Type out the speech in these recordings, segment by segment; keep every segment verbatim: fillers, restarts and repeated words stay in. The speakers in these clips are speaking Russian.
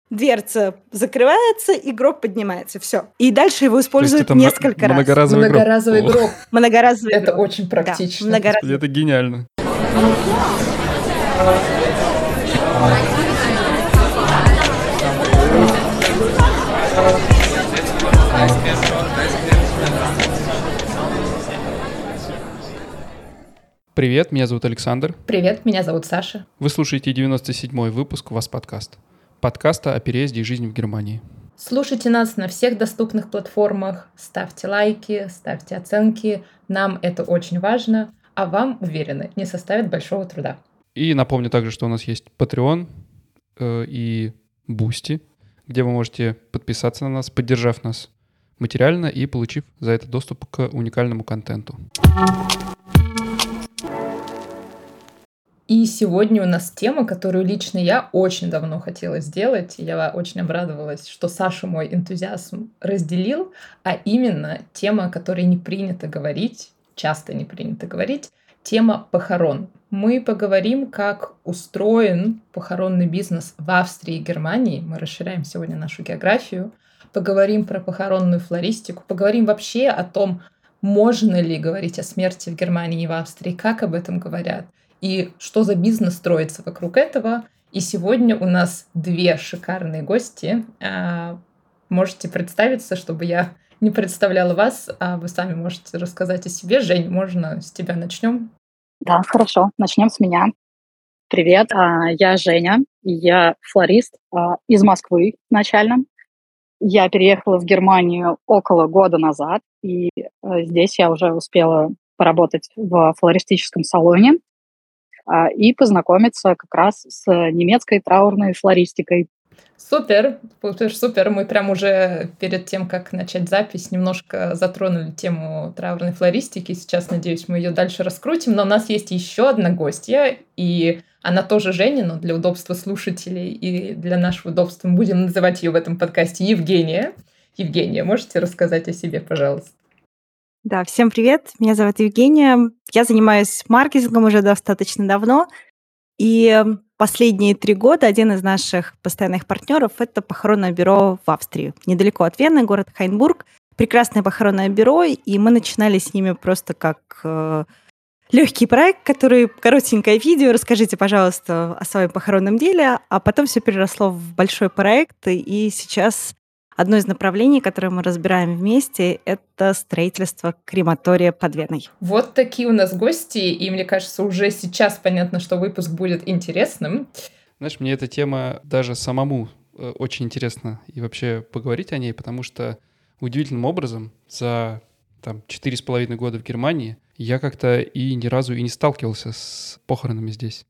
дверца закрывается, и гроб поднимается. Все. И дальше его используют м- несколько раз. многоразовый гроб. Многоразовый О. гроб. Многоразовый Это гроб. очень практично. Да, многоразовый. Господи, это гениально. Привет, меня зовут Александр. Привет, меня зовут Саша. Вы слушаете девяносто седьмой выпуск «Вас подкаст». Подкаста о переезде и жизни в Германии. Слушайте нас на всех доступных платформах, ставьте лайки, ставьте оценки. Нам это очень важно, а вам, уверены, не составит большого труда. И напомню также, что у нас есть Patreon э, и Boosty, где вы можете подписаться на нас, поддержав нас материально и получив за это доступ к уникальному контенту. И сегодня у нас тема, которую лично я очень давно хотела сделать. Я очень обрадовалась, что Саша мой энтузиазм разделил, а именно тема, о которой не принято говорить, часто не принято говорить, тема похорон. Мы поговорим, как устроен похоронный бизнес в Австрии и Германии. Мы расширяем сегодня нашу географию. Поговорим про похоронную флористику. Поговорим вообще о том, можно ли говорить о смерти в Германии и в Австрии, как об этом говорят, и что за бизнес строится вокруг этого. И сегодня у нас две шикарные гости. Можете представиться, чтобы я не представляла вас, а вы сами можете рассказать о себе. Жень, можно с тебя начнем? Да, хорошо. Начнем с меня. Привет, я Женя, я флорист из Москвы изначально. Я переехала в Германию около года назад, и здесь я уже успела поработать в флористическом салоне и познакомиться как раз с немецкой траурной флористикой. Супер, супер, супер. Мы прям уже перед тем, как начать запись, немножко затронули тему траурной флористики. Сейчас, надеюсь, мы ее дальше раскрутим. Но у нас есть еще одна гостья, и она тоже Женя, но для удобства слушателей и для нашего удобства мы будем называть ее в этом подкасте Евгения. Евгения, можете рассказать о себе, пожалуйста? Да, всем привет, меня зовут Евгения. Я занимаюсь маркетингом уже достаточно давно. И последние три года один из наших постоянных партнеров — это похоронное бюро в Австрии, недалеко от Вены, город Хайнбург. Прекрасное похоронное бюро, и мы начинали с ними просто как э, легкий проект, который коротенькое видео, расскажите, пожалуйста, о своем похоронном деле, а потом все переросло в большой проект, и сейчас одно из направлений, которое мы разбираем вместе, это строительство крематория под Веной. Вот такие у нас гости, и мне кажется, уже сейчас понятно, что выпуск будет интересным. Знаешь, мне эта тема даже самому очень интересно и вообще поговорить о ней, потому что удивительным образом за там, четыре с половиной года в Германии я как-то и ни разу и не сталкивался с похоронами здесь.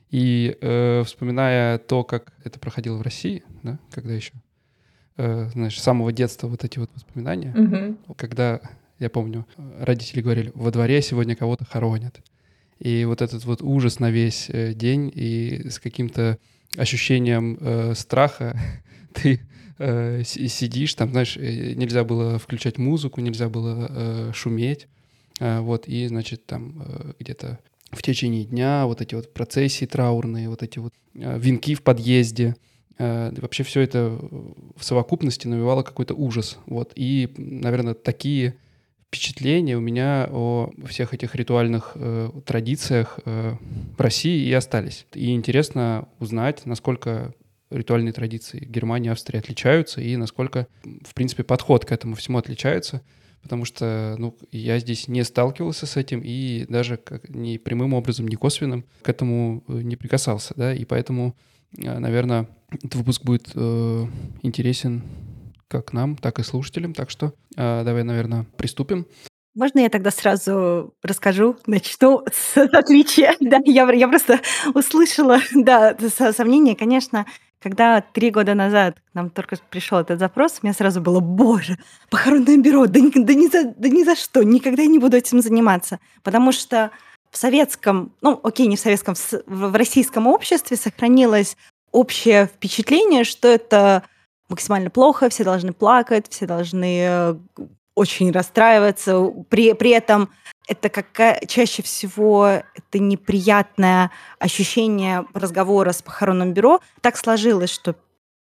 И э, вспоминая то, как это проходило в России, да, когда еще знаешь, с самого детства вот эти вот воспоминания, угу. когда, я помню, родители говорили, во дворе сегодня кого-то хоронят. И вот этот вот ужас на весь день и с каким-то ощущением э, страха ты э, сидишь, там, знаешь, нельзя было включать музыку, нельзя было э, шуметь, э, вот, и, значит, там э, где-то в течение дня вот эти вот процессии траурные, вот эти вот э, венки в подъезде, вообще все это в совокупности навевало какой-то ужас. Вот. И, наверное, такие впечатления у меня о всех этих ритуальных э, традициях э, в России и остались. И интересно узнать, насколько ритуальные традиции Германии и Австрии отличаются и насколько, в принципе, подход к этому всему отличается. Потому что ну, я здесь не сталкивался с этим и даже как, ни прямым образом, ни косвенным к этому не прикасался. Да? И поэтому, наверное, этот выпуск будет э, интересен как нам, так и слушателям. Так что э, давай, наверное, приступим. Можно я тогда сразу расскажу, начну с отличия? Да, я, я просто услышала, да, сомнение, конечно, когда три года назад к нам только пришел этот запрос, у меня сразу было, боже, похоронное бюро, да, да, ни за, да ни за что, никогда не буду этим заниматься, потому что в советском, ну, окей, не в советском, в, в российском обществе сохранилось общее впечатление, что это максимально плохо, все должны плакать, все должны очень расстраиваться. При, при этом это какая, чаще всего это неприятное ощущение разговора с похоронным бюро. Так сложилось, что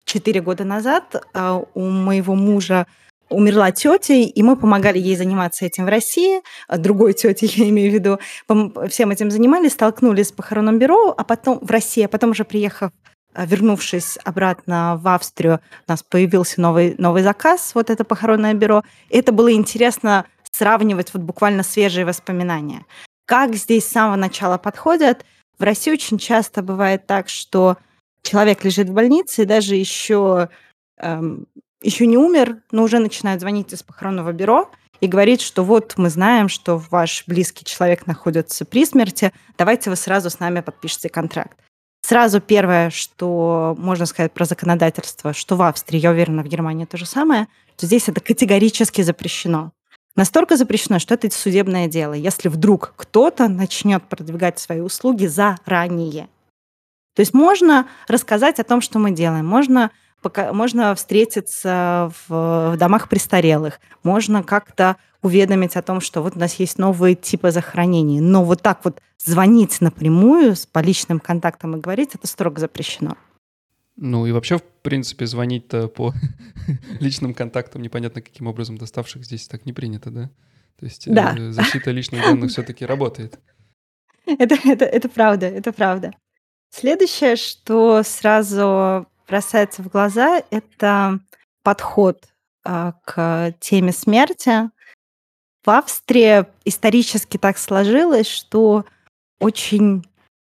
четыре года назад а, у моего мужа умерла тетя, и мы помогали ей заниматься этим в России, а другой тете, я имею в виду, пом- всем этим занимались, столкнулись с похоронным бюро, а потом в России, а потом уже приехав, а, вернувшись обратно в Австрию, у нас появился новый, новый заказ, вот это похоронное бюро. И это было интересно сравнивать вот буквально свежие воспоминания. Как здесь с самого начала подходят? В России очень часто бывает так, что человек лежит в больнице и даже еще эм, еще не умер, но уже начинают звонить из похоронного бюро и говорить, что вот мы знаем, что ваш близкий человек находится при смерти, давайте вы сразу с нами подпишите контракт. Сразу первое, что можно сказать про законодательство, что в Австрии, я уверена, в Германии то же самое, что здесь это категорически запрещено. Настолько запрещено, что это судебное дело, если вдруг кто-то начнет продвигать свои услуги заранее. То есть можно рассказать о том, что мы делаем, можно, пока, можно встретиться в, в домах престарелых, можно как-то уведомить о том, что вот у нас есть новые типы захоронений. Но вот так вот звонить напрямую с, по личным контактам и говорить, это строго запрещено. Ну и вообще, в принципе, звонить-то по личным контактам, непонятно каким образом доставших, здесь так не принято, да? То есть Да. э, защита личных данных все-таки работает. Это, это, это правда, это правда. Следующее, что сразу бросается в глаза, это подход а, к теме смерти. В Австрии исторически так сложилось, что очень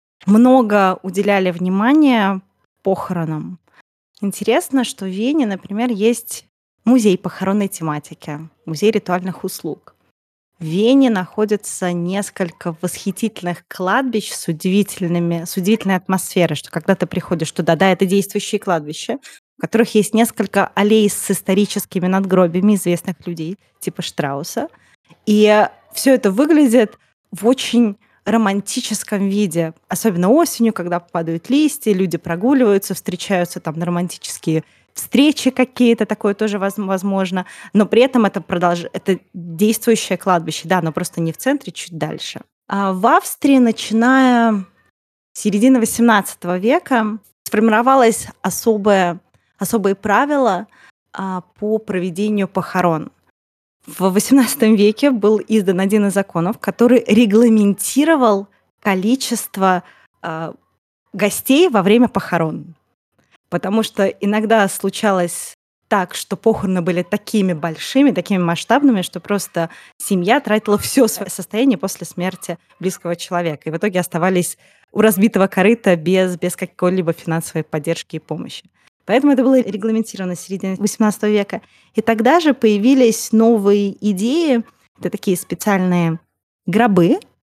много уделяли внимания похоронам. Интересно, что в Вене, например, есть музей похоронной тематики, музей ритуальных услуг. В Вене находится несколько восхитительных кладбищ с удивительными, с удивительной атмосферой, что когда ты приходишь туда, да, это действующие кладбища, в которых есть несколько аллей с историческими надгробиями известных людей, типа Штрауса. И все это выглядит в очень романтическом виде, особенно осенью, когда падают листья, люди прогуливаются, встречаются там на романтические встречи какие-то, такое тоже возможно, но при этом это, продолж... это действующее кладбище, да, но просто не в центре, чуть дальше. А в Австрии, начиная с середины восемнадцатого века, сформировалось особое, особые правила а, по проведению похорон. В восемнадцатом веке был издан один из законов, который регламентировал количество а, гостей во время похорон. Потому что иногда случалось так, что похороны были такими большими, такими масштабными, что просто семья тратила все свое состояние после смерти близкого человека. И в итоге оставались у разбитого корыта без, без какой-либо финансовой поддержки и помощи. Поэтому это было регламентировано в середине восемнадцатого века. И тогда же появились новые идеи. Это такие специальные гробы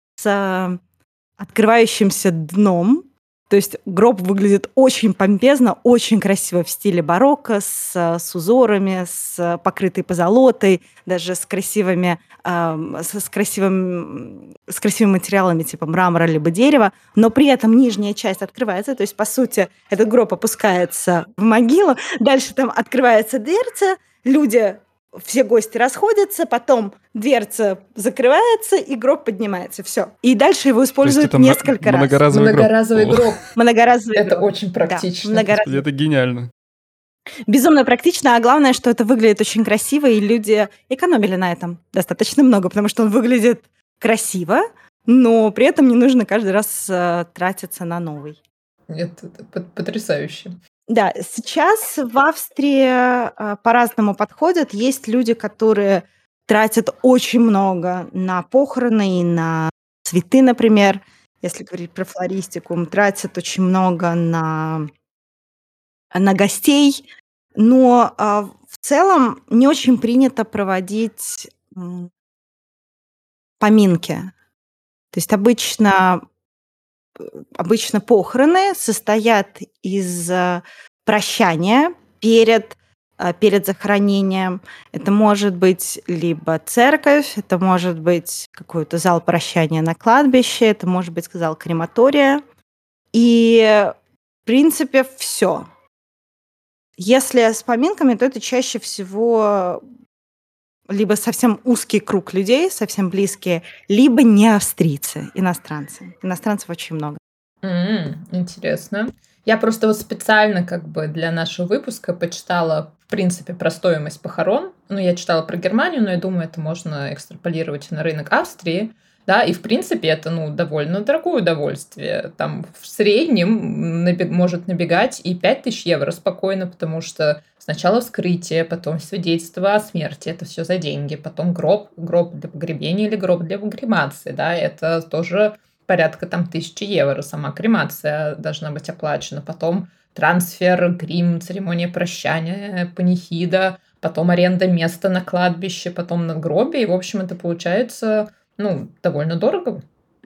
с открывающимся дном. То есть гроб выглядит очень помпезно, очень красиво в стиле барокко, с, с узорами, с покрытой позолотой, даже с красивыми, э, с, с, красивым, с красивыми материалами типа мрамора либо дерева, но при этом нижняя часть открывается, то есть, по сути, этот гроб опускается в могилу, дальше там открывается дверца, люди... Все гости расходятся, потом дверца закрывается, и гроб поднимается. Все. И дальше его используют несколько раз. Многоразовый, многоразовый гроб. гроб. Многоразовый это гроб. очень практично. Да, многоразовый. Это гениально. Безумно практично, а главное, что это выглядит очень красиво, и люди экономили на этом достаточно много, потому что он выглядит красиво, но при этом не нужно каждый раз э, тратиться на новый. Это, это потрясающе. Да, сейчас в Австрии э, по-разному подходят. Есть люди, которые тратят очень много на похороны и на цветы, например. Если говорить про флористику, тратят очень много на, на гостей. Но э, в целом не очень принято проводить э, поминки. То есть обычно, обычно похороны состоят из прощания перед, перед захоронением. Это может быть либо церковь, это может быть какой-то зал прощания на кладбище, это может быть зал крематория. И, в принципе, все. Если с поминками, то это чаще всего либо совсем узкий круг людей, совсем близкие, либо не австрийцы, иностранцы. Иностранцев очень много. Mm, интересно. Я просто вот специально как бы для нашего выпуска почитала, в принципе, про стоимость похорон. Ну, я читала про Германию, но я думаю, это можно экстраполировать на рынок Австрии. Да, и в принципе это, ну, довольно дорогое удовольствие. Там в среднем набег- может набегать и пять тысяч евро спокойно, потому что сначала вскрытие, потом свидетельство о смерти, это все за деньги, потом гроб, гроб для погребения или гроб для кремации, да, это тоже порядка там тысячи евро, сама кремация должна быть оплачена, потом трансфер, грим, церемония прощания, панихида, потом аренда места на кладбище, потом надгробие, и, в общем, это получается, ну, довольно дорого.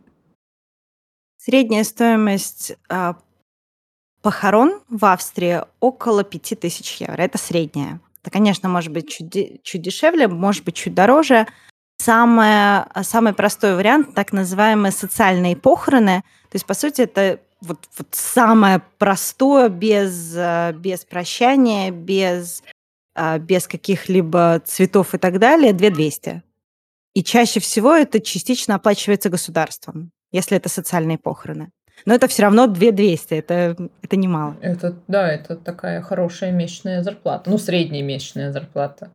Средняя стоимость а, похорон в Австрии около пяти тысяч евро. Это средняя. Это, конечно, может быть чуть, де- чуть дешевле, может быть чуть дороже. Самое, самый простой вариант, так называемые социальные похороны. То есть, по сути, это вот, вот самое простое, без, а, без прощания, без, а, без каких-либо цветов и так далее, две тысячи двести. И чаще всего это частично оплачивается государством, если это социальные похороны. Но это все равно две тысячи двести, это, это немало. Это, да, это такая хорошая месячная зарплата, ну, средняя месячная зарплата.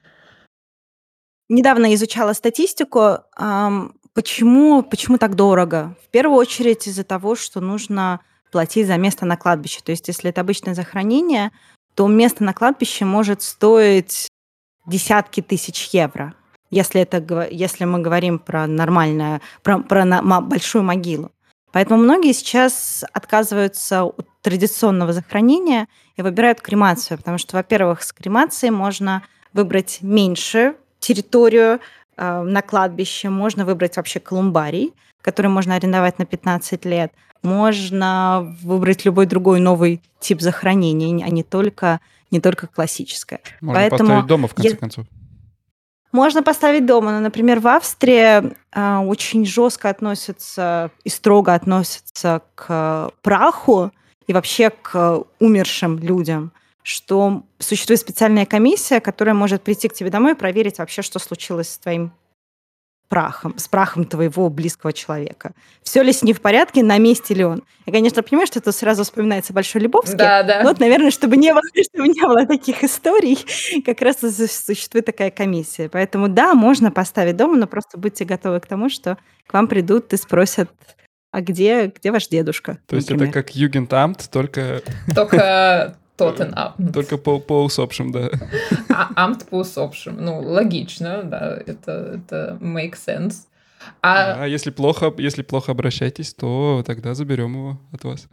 Недавно изучала статистику, ам, почему, почему так дорого. В первую очередь из-за того, что нужно платить за место на кладбище. То есть если это обычное захоронение, то место на кладбище может стоить десятки тысяч евро, если, это, гова- если мы говорим про нормальное, про, про на- ма- большую могилу. Поэтому многие сейчас отказываются от традиционного захоронения и выбирают кремацию, потому что, во-первых, с кремацией можно выбрать меньше территорию э, на кладбище, можно выбрать вообще колумбарий, который можно арендовать на пятнадцать лет, можно выбрать любой другой новый тип захоронения, а не только, не только классическое. Можно Поэтому поставить дома, в конце е- концов. можно поставить дома, но, например, в Австрии а, очень жестко относятся и строго относятся к праху и вообще к умершим людям, что существует специальная комиссия, которая может прийти к тебе домой и проверить вообще, что случилось с твоим прахом, с прахом твоего близкого человека. Все ли с ним в порядке, на месте ли он. Я, конечно, понимаю, что это сразу вспоминается Большой Лебовский, Да, но да. вот, наверное, чтобы не было, чтобы не было таких историй, как раз и су- существует такая комиссия. Поэтому да, можно поставить дома, но просто будьте готовы к тому, что к вам придут и спросят, а где, где ваш дедушка, То есть это например. как Югентамт, только, Только Тоттенамт. только по, по усопшим, да. А амт по усопшим. Ну, логично, да, это, это make sense. А А если плохо, если плохо обращайтесь, то тогда заберем его от вас.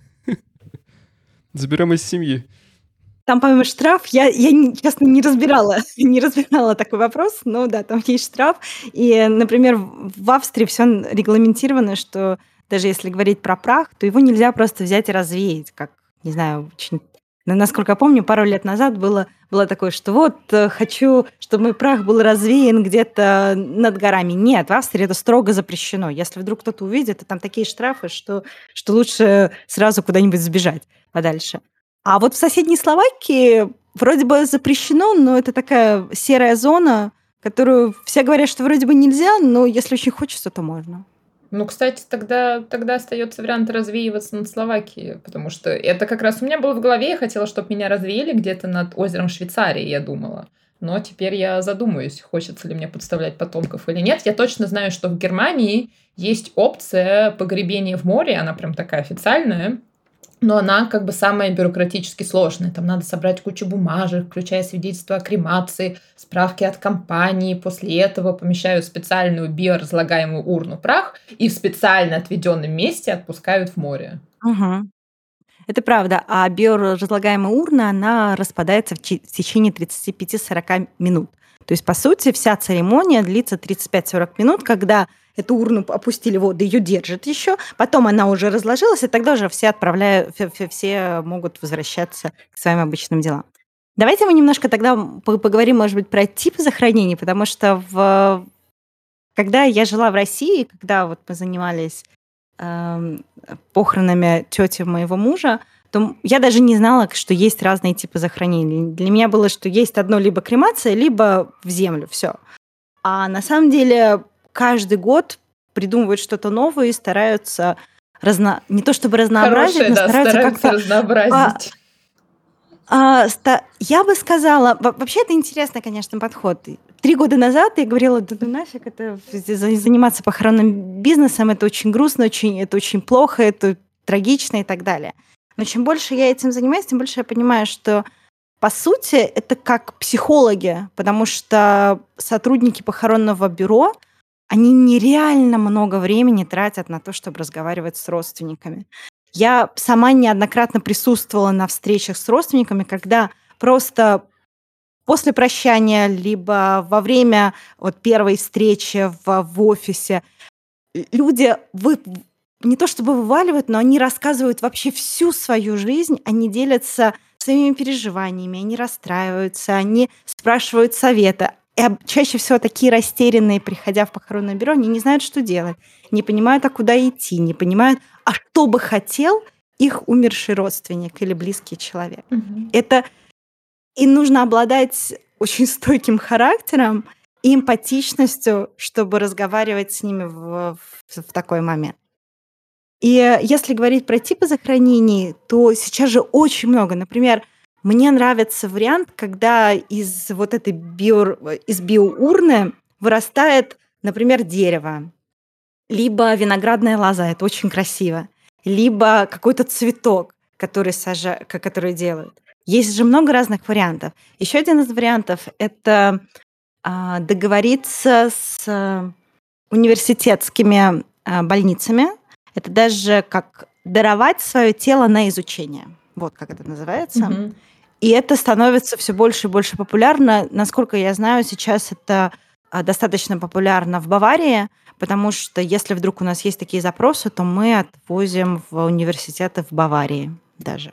Заберем из семьи. Там, по-моему, штраф. Я, я не- честно, не разбирала, не разбирала такой вопрос, но да, там есть штраф. И, например, в в Австрии все регламентировано, что даже если говорить про прах, то его нельзя просто взять и развеять, как, не знаю, очень... ну, насколько я помню, пару лет назад было, было такое, что вот э, хочу, чтобы мой прах был развеян где-то над горами. Нет, в Австрии это строго запрещено. Если вдруг кто-то увидит, то там такие штрафы, что, что лучше сразу куда-нибудь сбежать подальше. А вот в соседней Словакии вроде бы запрещено, но это такая серая зона, которую все говорят, что вроде бы нельзя, но если очень хочется, то можно. Ну, кстати, тогда, тогда остается вариант развеиваться над Словакией, потому что это как раз у меня было в голове, я хотела, чтобы меня развеяли где-то над озером Швейцарии, я думала. Но теперь я задумаюсь, хочется ли мне подставлять потомков или нет. Я точно знаю, что в Германии есть опция погребения в море, она прям такая официальная, но она как бы самая бюрократически сложная. Там надо собрать кучу бумажек, включая свидетельство о кремации, справки от компании. После этого помещают в специальную биоразлагаемую урну прах и в специально отведенном месте отпускают в море. Мгм. Это правда. А биоразлагаемая урна, она распадается в, чи- в течение тридцати пяти сорока минут. То есть, по сути, вся церемония длится тридцать пять сорок минут, когда эту урну опустили в воду, ее держат еще, потом она уже разложилась, и тогда уже все отправляют, все, все- все могут возвращаться к своим обычным делам. Давайте мы немножко тогда по- поговорим, может быть, про типы захоронений, потому что в, когда я жила в России, когда вот мы занимались эм, похоронами тети моего мужа, то я даже не знала, что есть разные типы захоронений. Для меня было, что есть одно либо кремация, либо в землю, все. А на самом деле каждый год придумывают что-то новое и стараются разно... не то чтобы разнообразить, Хорошие, но да, стараются стараются как-то... разнообразить. А, ста- я бы сказала, во- вообще это интересный, конечно, подход. И Три года назад я говорила, да ну нафиг, это за- за- заниматься похоронным бизнесом, это очень грустно, очень, это очень плохо, это трагично и так далее. Но чем больше я этим занимаюсь, тем больше я понимаю, что по сути это как психологи, потому что сотрудники похоронного бюро, они нереально много времени тратят на то, чтобы разговаривать с родственниками. Я сама неоднократно присутствовала на встречах с родственниками, когда просто после прощания, либо во время вот первой встречи в, в офисе л- люди вы, не то чтобы вываливают, но они рассказывают вообще всю свою жизнь, они делятся своими переживаниями, они расстраиваются, они спрашивают совета. И об- чаще всего такие растерянные, приходя в похоронное бюро, они не знают, что делать, не понимают, а куда идти, не понимают, а что бы хотел их умерший родственник или близкий человек. Мгм. Это и нужно обладать очень стойким характером и эмпатичностью, чтобы разговаривать с ними в, в- в такой момент. И э, если говорить про типы захоронений, то сейчас же очень много. Например, мне нравится вариант, когда из вот этой био, из биоурны вырастает, например, дерево, либо виноградная лоза, это очень красиво, либо какой-то цветок, который, сажа... ка- который делают. Есть же много разных вариантов. Еще один из вариантов — это а, договориться с а, университетскими а, больницами. Это даже как даровать свое тело на изучение. Вот как это называется. Мгм. И это становится все больше и больше популярно. Насколько я знаю, сейчас это а, достаточно популярно в Баварии, потому что если вдруг у нас есть такие запросы, то мы отвозим в университеты в Баварии даже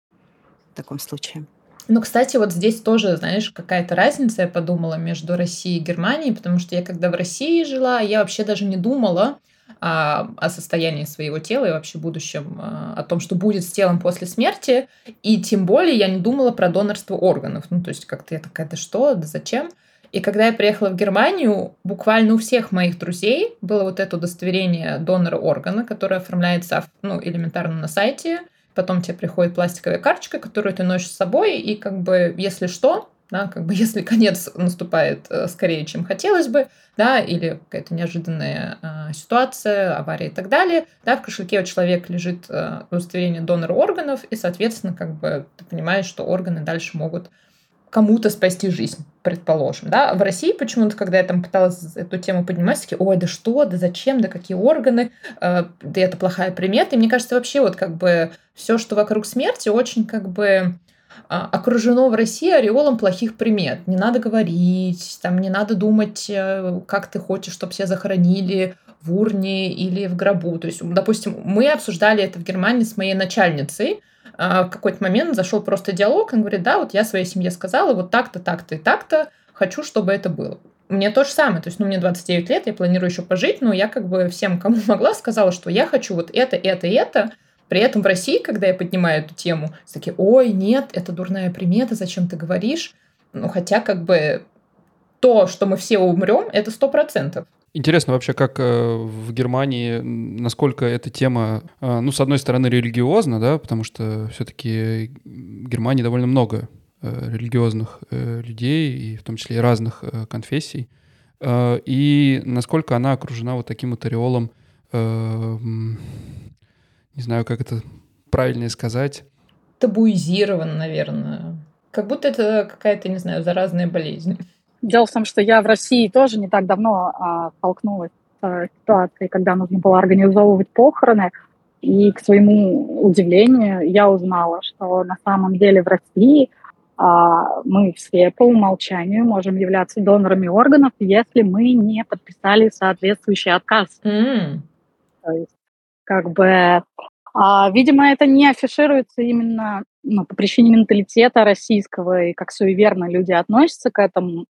в таком случае. Ну, кстати, вот здесь тоже, знаешь, какая-то разница, я подумала, между Россией и Германией, потому что я когда в России жила, я вообще даже не думала а, о состоянии своего тела и вообще будущем, а, о том, что будет с телом после смерти, и тем более я не думала про донорство органов. Ну, то есть как-то я такая, да что, да зачем? И когда я приехала в Германию, буквально у всех моих друзей было вот это удостоверение донора органа, которое оформляется, ну, элементарно на сайте. Потом тебе приходит пластиковая карточка, которую ты носишь с собой, и как бы, если что, да, как бы, если конец наступает э, скорее, чем хотелось бы, да, или какая-то неожиданная э, ситуация, авария и так далее, да, в кошельке у человека лежит э, удостоверение донора органов, и, соответственно, как бы ты понимаешь, что органы дальше могут кому-то спасти жизнь, предположим, да. В России почему-то, когда я там пыталась эту тему поднимать, такие, ой, да что, да зачем, да какие органы, э, да это плохая примета. И мне кажется, вообще вот как бы все, что вокруг смерти, очень как бы а, окружено в России ореолом плохих примет. Не надо говорить, там не надо думать, э, как ты хочешь, чтобы себя захоронили в урне или в гробу. То есть, допустим, мы обсуждали это в Германии с моей начальницей, а, в какой-то момент зашел просто диалог, он говорит, да, вот я своей семье сказала, вот так-то, так-то и так-то, хочу, чтобы это было. Мне то же самое, то есть, ну, мне двадцать девять лет, я планирую еще пожить, но я как бы всем, кому могла, сказала, что я хочу вот это, это и это. При этом в России, когда я поднимаю эту тему, все такие, ой, нет, это дурная примета, зачем ты говоришь? Ну, хотя как бы то, что мы все умрем, это сто процентов. Интересно вообще, как э, в Германии, м, насколько эта тема, э, ну, с одной стороны, религиозна, да, потому что все-таки в Германии довольно много э, религиозных э, людей, и в том числе и разных э, конфессий, Э, и насколько она окружена вот таким вот ореолом, э, м, не знаю, как это правильнее сказать. Табуизирован, наверное. Как будто это какая-то, не знаю, заразная болезнь. Дело в том, что я в России тоже не так давно а, столкнулась с а, ситуацией, когда нужно было организовывать похороны. И, к своему удивлению, я узнала, что на самом деле в России а, мы все по умолчанию можем являться донорами органов, если мы не подписали соответствующий отказ. М. То есть, как бы, а, видимо, это не афишируется именно ну, по причине менталитета российского и как суеверно люди относятся к этому.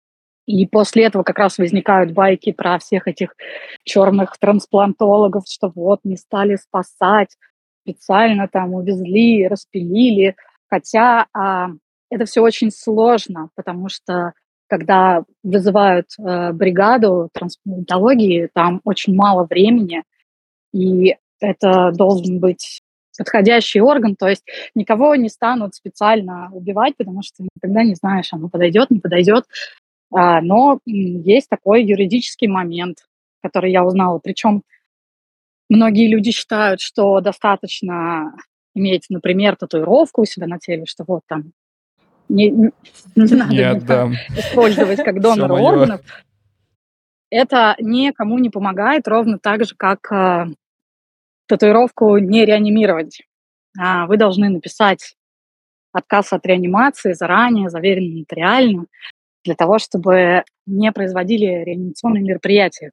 И после этого как раз возникают байки про всех этих черных трансплантологов, что вот не стали спасать, специально там увезли, распилили. Хотя а, это все очень сложно, потому что когда вызывают э, бригаду трансплантологии, там очень мало времени, и это должен быть подходящий орган, то есть никого не станут специально убивать, потому что никогда не знаешь, оно подойдет, не подойдет. А, но м, есть такой юридический момент, который я узнала. Причем многие люди считают, что достаточно иметь, например, татуировку у себя на теле, что вот там не, не не надо Не меня отдам. использовать как Все донора мое. органов. Это никому не помогает, ровно так же, как а, татуировку не реанимировать. А, Вы должны написать отказ от реанимации заранее, заверенно нотариально, для того, чтобы не производили реанимационные мероприятия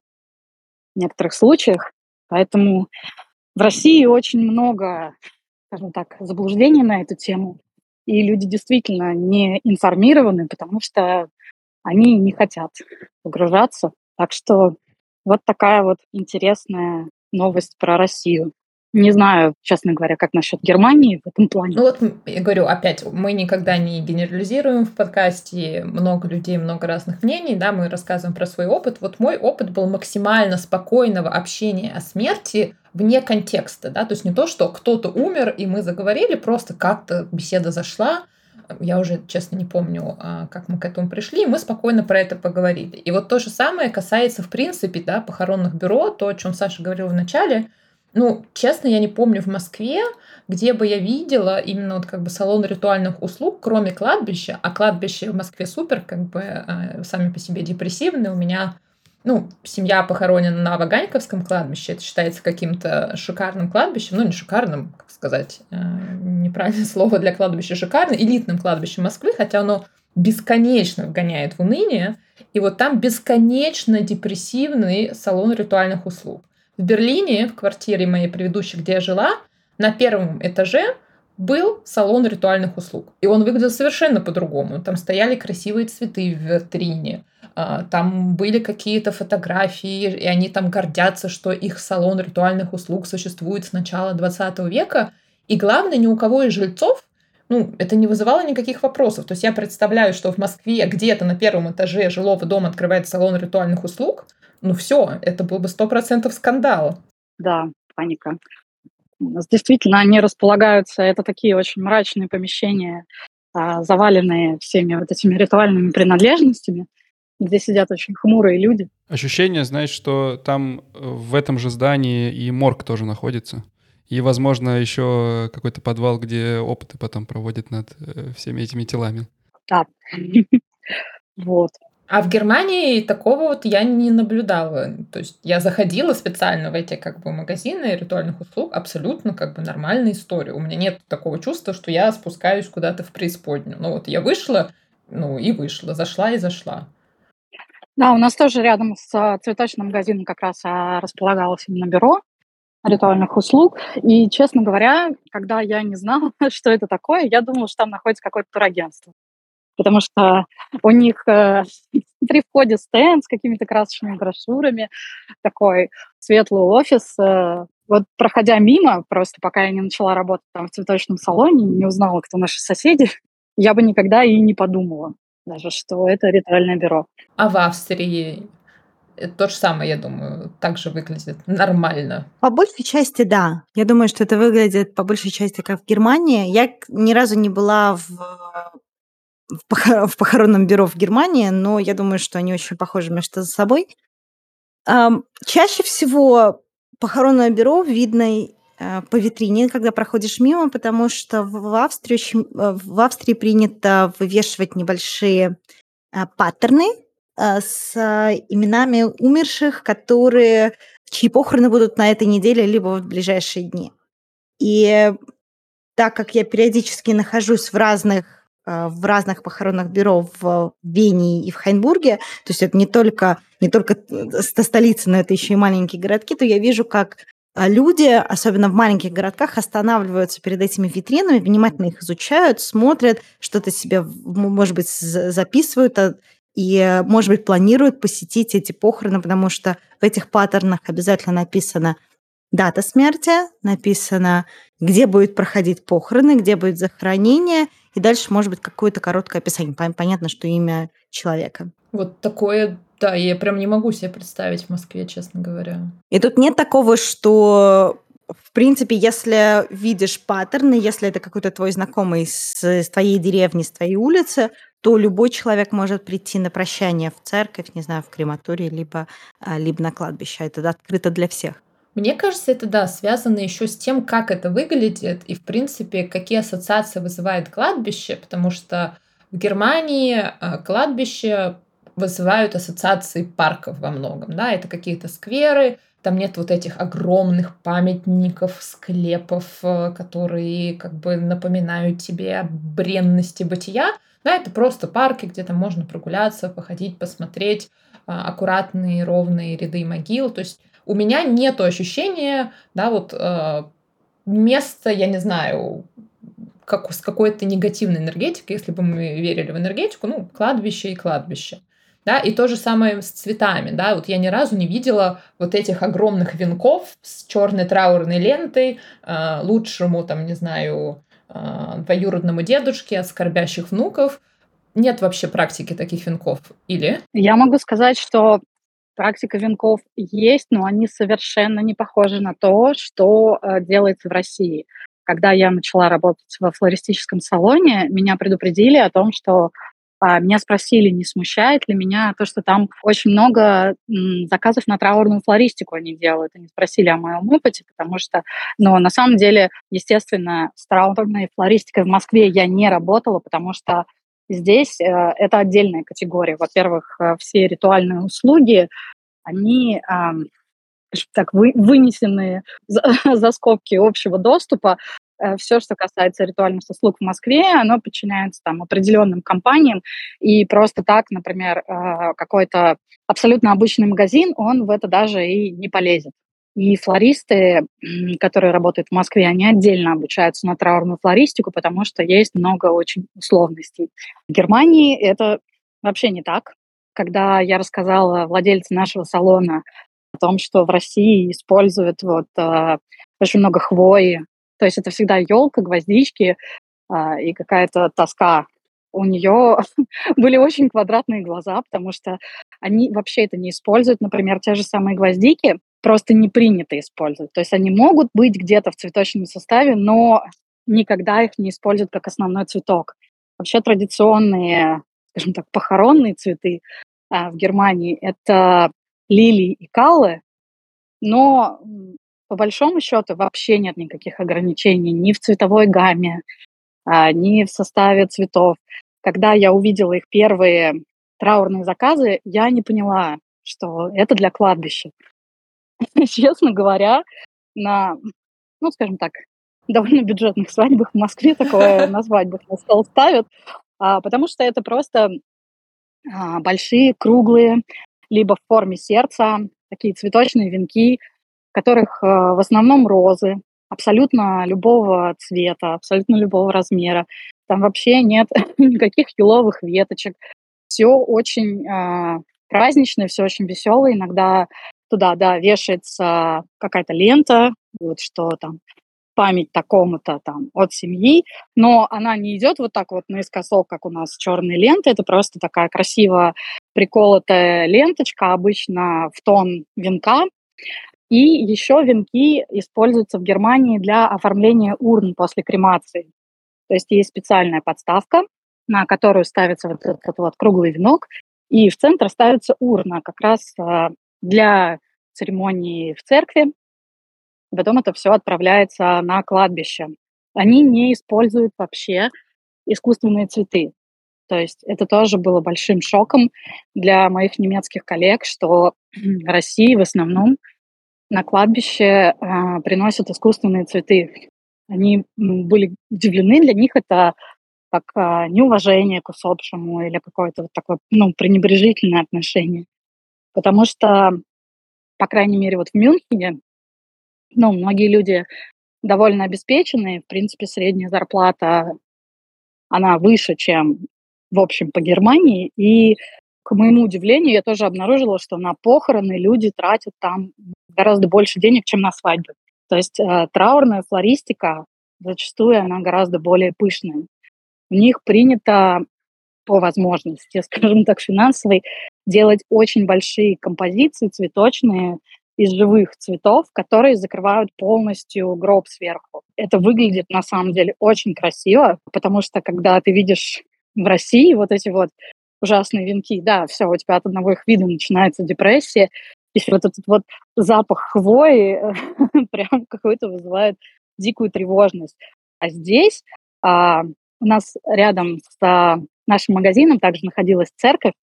в некоторых случаях. Поэтому в России очень много, скажем так, заблуждений на эту тему, и люди действительно не информированы, потому что они не хотят погружаться. Так что вот такая вот интересная новость про Россию. Не знаю, честно говоря, как насчет Германии в этом плане. Ну вот м, я говорю, опять, мы никогда не генерализируем в подкасте, много людей, много разных мнений, да, мы рассказываем про свой опыт. Вот мой опыт был максимально спокойного общения о смерти вне контекста, да, то есть не то, что кто-то умер, и мы заговорили, просто как-то беседа зашла, я уже, честно, не помню, а, как мы к этому пришли, и мы спокойно про это поговорили. И вот то же самое касается, в принципе, да, похоронных бюро, то, о чем Саша говорил в начале. Ну, честно, я не помню в Москве, где бы я видела именно вот как бы салон ритуальных услуг, кроме кладбища, а кладбище в Москве супер, как бы э, сами по себе депрессивные. У меня, ну, семья похоронена на Ваганьковском кладбище, это считается каким-то шикарным кладбищем, ну, не шикарным, как сказать, э, неправильное слово для кладбища, шикарным, элитным кладбищем Москвы, хотя оно бесконечно вгоняет в уныние, и вот там бесконечно депрессивный салон ритуальных услуг. В Берлине, в квартире моей предыдущей, где я жила, на первом этаже был салон ритуальных услуг. И он выглядел совершенно по-другому. Там стояли красивые цветы в витрине, а, там были какие-то фотографии, и они там гордятся, что их салон ритуальных услуг существует с начала двадцатого века. И главное, ни у кого из жильцов ну, это не вызывало никаких вопросов. То есть я представляю, что в Москве где-то на первом этаже жилого дома открывается салон ритуальных услуг, ну все, это был бы сто процентов скандал. Да, паника. У нас действительно они располагаются, это такие очень мрачные помещения, а, заваленные всеми вот этими ритуальными принадлежностями, где сидят очень хмурые люди. Ощущение, знаешь, что там э, в этом же здании и морг тоже находится. И, возможно, еще какой-то подвал, где опыты потом проводят над э, всеми этими телами. Да. Вот. А в Германии такого вот я не наблюдала. То есть я заходила специально в эти как бы магазины ритуальных услуг, абсолютно как бы нормальная история. У меня нет такого чувства, что я спускаюсь куда-то в преисподнюю. Ну вот я вышла, ну и вышла, зашла и зашла. Да, у нас тоже рядом с а, цветочным магазином как раз а, располагалось именно бюро ритуальных услуг. И, честно говоря, когда я не знала, что это такое, я думала, что там находится какое-то турагентство. Потому что у них э, при входе стенд с какими-то красочными брошюрами, такой светлый офис. Э, вот проходя мимо, просто пока я не начала работать там в цветочном салоне, не узнала, кто наши соседи, я бы никогда и не подумала даже, что это ритуальное бюро. А в Австрии это то же самое, я думаю, так же выглядит нормально. По большей части, да. Я думаю, что это выглядит по большей части как в Германии. Я к- ни разу не была в, в похо- в похоронном бюро в Германии, но я думаю, что они очень похожи между собой. Ам, Чаще всего похоронное бюро видно э, по витрине, когда проходишь мимо, потому что в в Австрии, очень- э, в Австрии принято вывешивать небольшие э, паттерны э, с э, именами умерших, которые, чьи похороны будут на этой неделе либо вот в ближайшие дни. И так как я периодически нахожусь в разных, э, в разных похоронных бюро в Вене и в Хайнбурге, то есть это не только, не только э, ст- столица, но это еще и маленькие городки, то я вижу, как а, люди, особенно в маленьких городках, останавливаются перед этими витринами, внимательно их изучают, смотрят, что-то себе, в- м, может быть, з- записывают, а, и, э, может быть, планируют посетить эти похороны, потому что в этих паттернах обязательно написано дата смерти, написано, где будет проходить похороны, где будет захоронение, и дальше может быть какое-то короткое описание. Пон- Понятно, что имя человека. Вот такое, да, я прям не могу себе представить в Москве, честно говоря. И тут нет такого, что В принципе, если видишь паттерны, если это какой-то твой знакомый с с твоей деревни, с твоей улицы, то любой человек может прийти на прощание в церковь, не знаю, в крематорий, либо, а, либо на кладбище. Это открыто для всех. Мне кажется, это, да, связано еще с тем, как это выглядит и, в принципе, какие ассоциации вызывает кладбище, потому что в Германии а, кладбище вызывают ассоциации парков во многом, да, это какие-то скверы, там нет вот этих огромных памятников, склепов, э, которые как бы напоминают тебе о бренности бытия, да, это просто парки, где там можно прогуляться, походить, посмотреть, а, аккуратные ровные ряды могил, то есть у меня нету ощущения, да, вот э, места, я не знаю, как, с какой-то негативной энергетикой, если бы мы верили в энергетику, ну, кладбище и кладбище. Да, и то же самое с цветами, да, вот я ни разу не видела вот этих огромных венков с черной траурной лентой, э, лучшему, там, не знаю, э, двоюродному дедушке от скорбящих внуков. Нет вообще практики таких венков, или? Я могу сказать, что практика венков есть, но они совершенно не похожи на то, что э, делается в России. Когда я начала работать во флористическом салоне, меня предупредили о том, что а, меня спросили, не смущает ли меня то, что там очень много м, заказов на траурную флористику они делают. Они спросили о моем опыте, потому что, но на самом деле, естественно, с траурной флористикой в Москве я не работала, потому что здесь э, это отдельная категория. Во-первых, э, все ритуальные услуги, они, ам, скажем так, вы, вынесены за, за скобки общего доступа. Все, что касается ритуальных услуг в Москве, оно подчиняется там определенным компаниям. И просто так, например, э, какой-то абсолютно обычный магазин, он в это даже и не полезет. И флористы, м, которые работают в Москве, они отдельно обучаются на траурную флористику, потому что есть много очень условностей. В Германии это вообще не так. Когда я рассказала владельцу нашего салона о том, что в России используют вот э, очень много хвои, то есть это всегда елка, гвоздички а, и какая-то тоска. У нее были очень квадратные глаза, потому что они вообще это не используют. Например, те же самые гвоздики просто не принято использовать. То есть они могут быть где-то в цветочном составе, но никогда их не используют как основной цветок. Вообще традиционные, скажем так, похоронные цветы а, в Германии — это лилии и каллы, но м, по большому счету вообще нет никаких ограничений ни в цветовой гамме, а, ни в составе цветов. Когда я увидела их первые траурные заказы, я не поняла, что это для кладбища. Честно говоря, на, ну, скажем так, довольно бюджетных свадьбах в Москве такое на свадьбах на стол ставят, а, потому что это просто а, большие, круглые, либо в форме сердца, такие цветочные венки, в которых э, в основном розы, абсолютно любого цвета, абсолютно любого размера. Там вообще нет никаких еловых веточек. Все очень а, праздничное, все очень веселое. Иногда туда, да, вешается какая-то лента, вот что там память такому-то там от семьи, но она не идет вот так вот наискосок, как у нас черные ленты. Это просто такая красиво приколотая ленточка, обычно в тон венка. И еще венки используются в Германии для оформления урн после кремации. То есть есть специальная подставка, на которую ставится вот этот вот круглый венок, и в центр ставится урна как раз а, для церемонии в церкви. Потом это все отправляется на кладбище. Они не используют вообще искусственные цветы. То есть это тоже было большим шоком для моих немецких коллег, что в России в основном на кладбище а, приносят искусственные цветы. Они м, были удивлены, для них это как а, неуважение к усопшему или какое-то вот такое, ну, пренебрежительное отношение. Потому что, по крайней мере, вот в Мюнхене, ну, многие люди довольно обеспеченные, в принципе, средняя зарплата, она выше, чем, в общем, по Германии. И, к моему удивлению, я тоже обнаружила, что на похороны люди тратят там гораздо больше денег, чем на свадьбы. То есть э, траурная флористика зачастую она гораздо более пышная. У них принято по возможности, скажем так, финансовой, делать очень большие композиции цветочные из живых цветов, которые закрывают полностью гроб сверху. Это выглядит на самом деле очень красиво, потому что когда ты видишь в России вот эти вот ужасные венки, да, все, у тебя от одного их вида начинается депрессия, и вот этот вот запах хвои прям какой-то вызывает дикую тревожность. А здесь а, у нас рядом с а, нашим магазином также находилась церковь,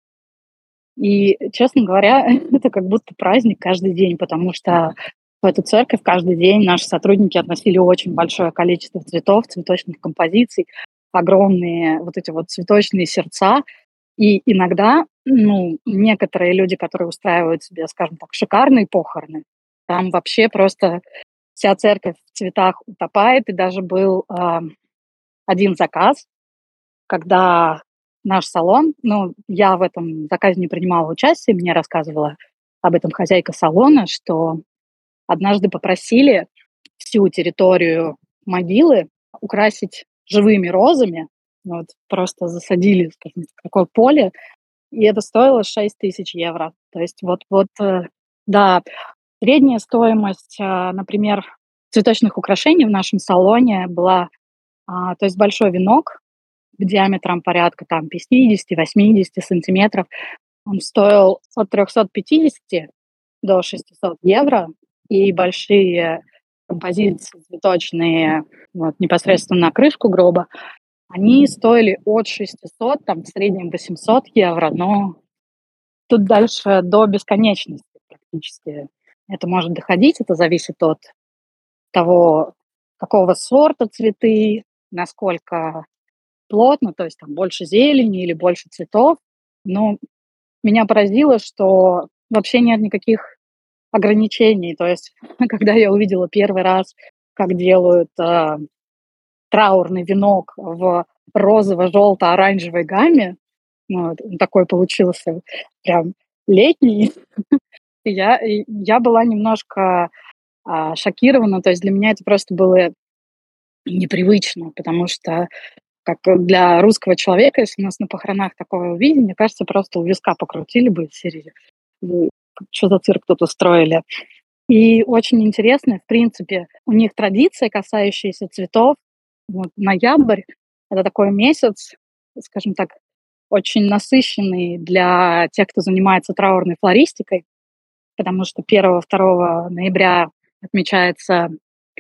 и, честно говоря, это как будто праздник каждый день, потому что в эту церковь каждый день наши сотрудники относили очень большое количество цветов, цветочных композиций, огромные вот эти вот цветочные сердца. И иногда, ну, некоторые люди, которые устраивают себе, скажем так, шикарные похороны, там вообще просто вся церковь в цветах утопает. И даже был э, один заказ, когда наш салон, ну, я в этом заказе не принимала участие, мне рассказывала об этом хозяйка салона, что однажды попросили всю территорию могилы украсить живыми розами, вот, просто засадили, скажем, такое поле, и это стоило шесть тысяч евро. То есть вот, вот, э, да, средняя стоимость, э, например, цветочных украшений в нашем салоне была, а, то есть большой венок диаметром порядка там пятьдесят-восемьдесят сантиметров, он стоил от трехсот пятидесяти до шестисот евро, и большие композиции цветочные, вот, непосредственно на крышку гроба, они стоили от шестисот, там, в среднем восемьсот евро, но тут дальше до бесконечности практически это может доходить. Это зависит от того, какого сорта цветы, насколько плотно, то есть там больше зелени или больше цветов. Но меня поразило, что вообще нет никаких ограничений. То есть когда я увидела первый раз, как делают э, траурный венок в розово-желто-оранжевой гамме, вот, он такой получился прям летний, и я, и я была немножко а, шокирована, то есть для меня это просто было непривычно, потому что как для русского человека, если у нас на похоронах такое увидели, мне кажется, просто у виска покрутили бы из серии. «Вы что за цирк тут устроили?» И очень интересно, в принципе, у них традиция, касающаяся цветов. Вот ноябрь — это такой месяц, скажем так, очень насыщенный для тех, кто занимается траурной флористикой, потому что первого-второго ноября отмечается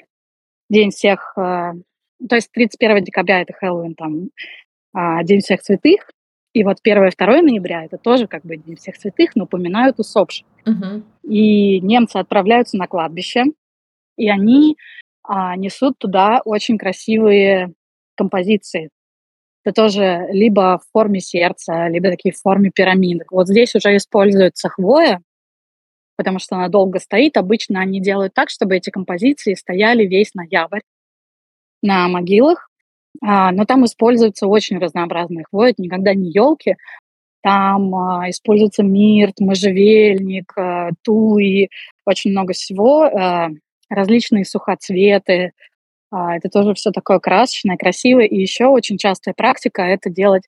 День всех, э, то есть тридцать первого декабря — это Хэллоуин, там, а, День всех святых, и вот первое-второе ноября — это тоже как бы День всех святых, но упоминают усопших. Мгм. И немцы отправляются на кладбище, и они а, несут туда очень красивые композиции. Это тоже либо в форме сердца, либо такие в форме пирамидок. Вот здесь уже используется хвоя, потому что она долго стоит. Обычно они делают так, чтобы эти композиции стояли весь ноябрь на могилах, а, но там используются очень разнообразные хвои. Это никогда не елки. Там а, используется мирт, можжевельник, а, туи, очень много всего, а, различные сухоцветы. А, это тоже все такое красочное, красивое. И еще очень частая практика — это делать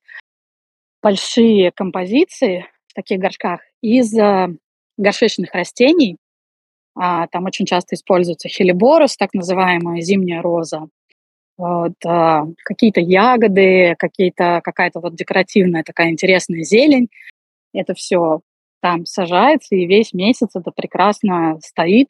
большие композиции в таких горшках из а, горшечных растений. А, там очень часто используется хелеборус, так называемая зимняя роза. Вот, а, какие-то ягоды, какие-то, какая-то вот декоративная такая интересная зелень. Это все там сажается, и весь месяц это прекрасно стоит.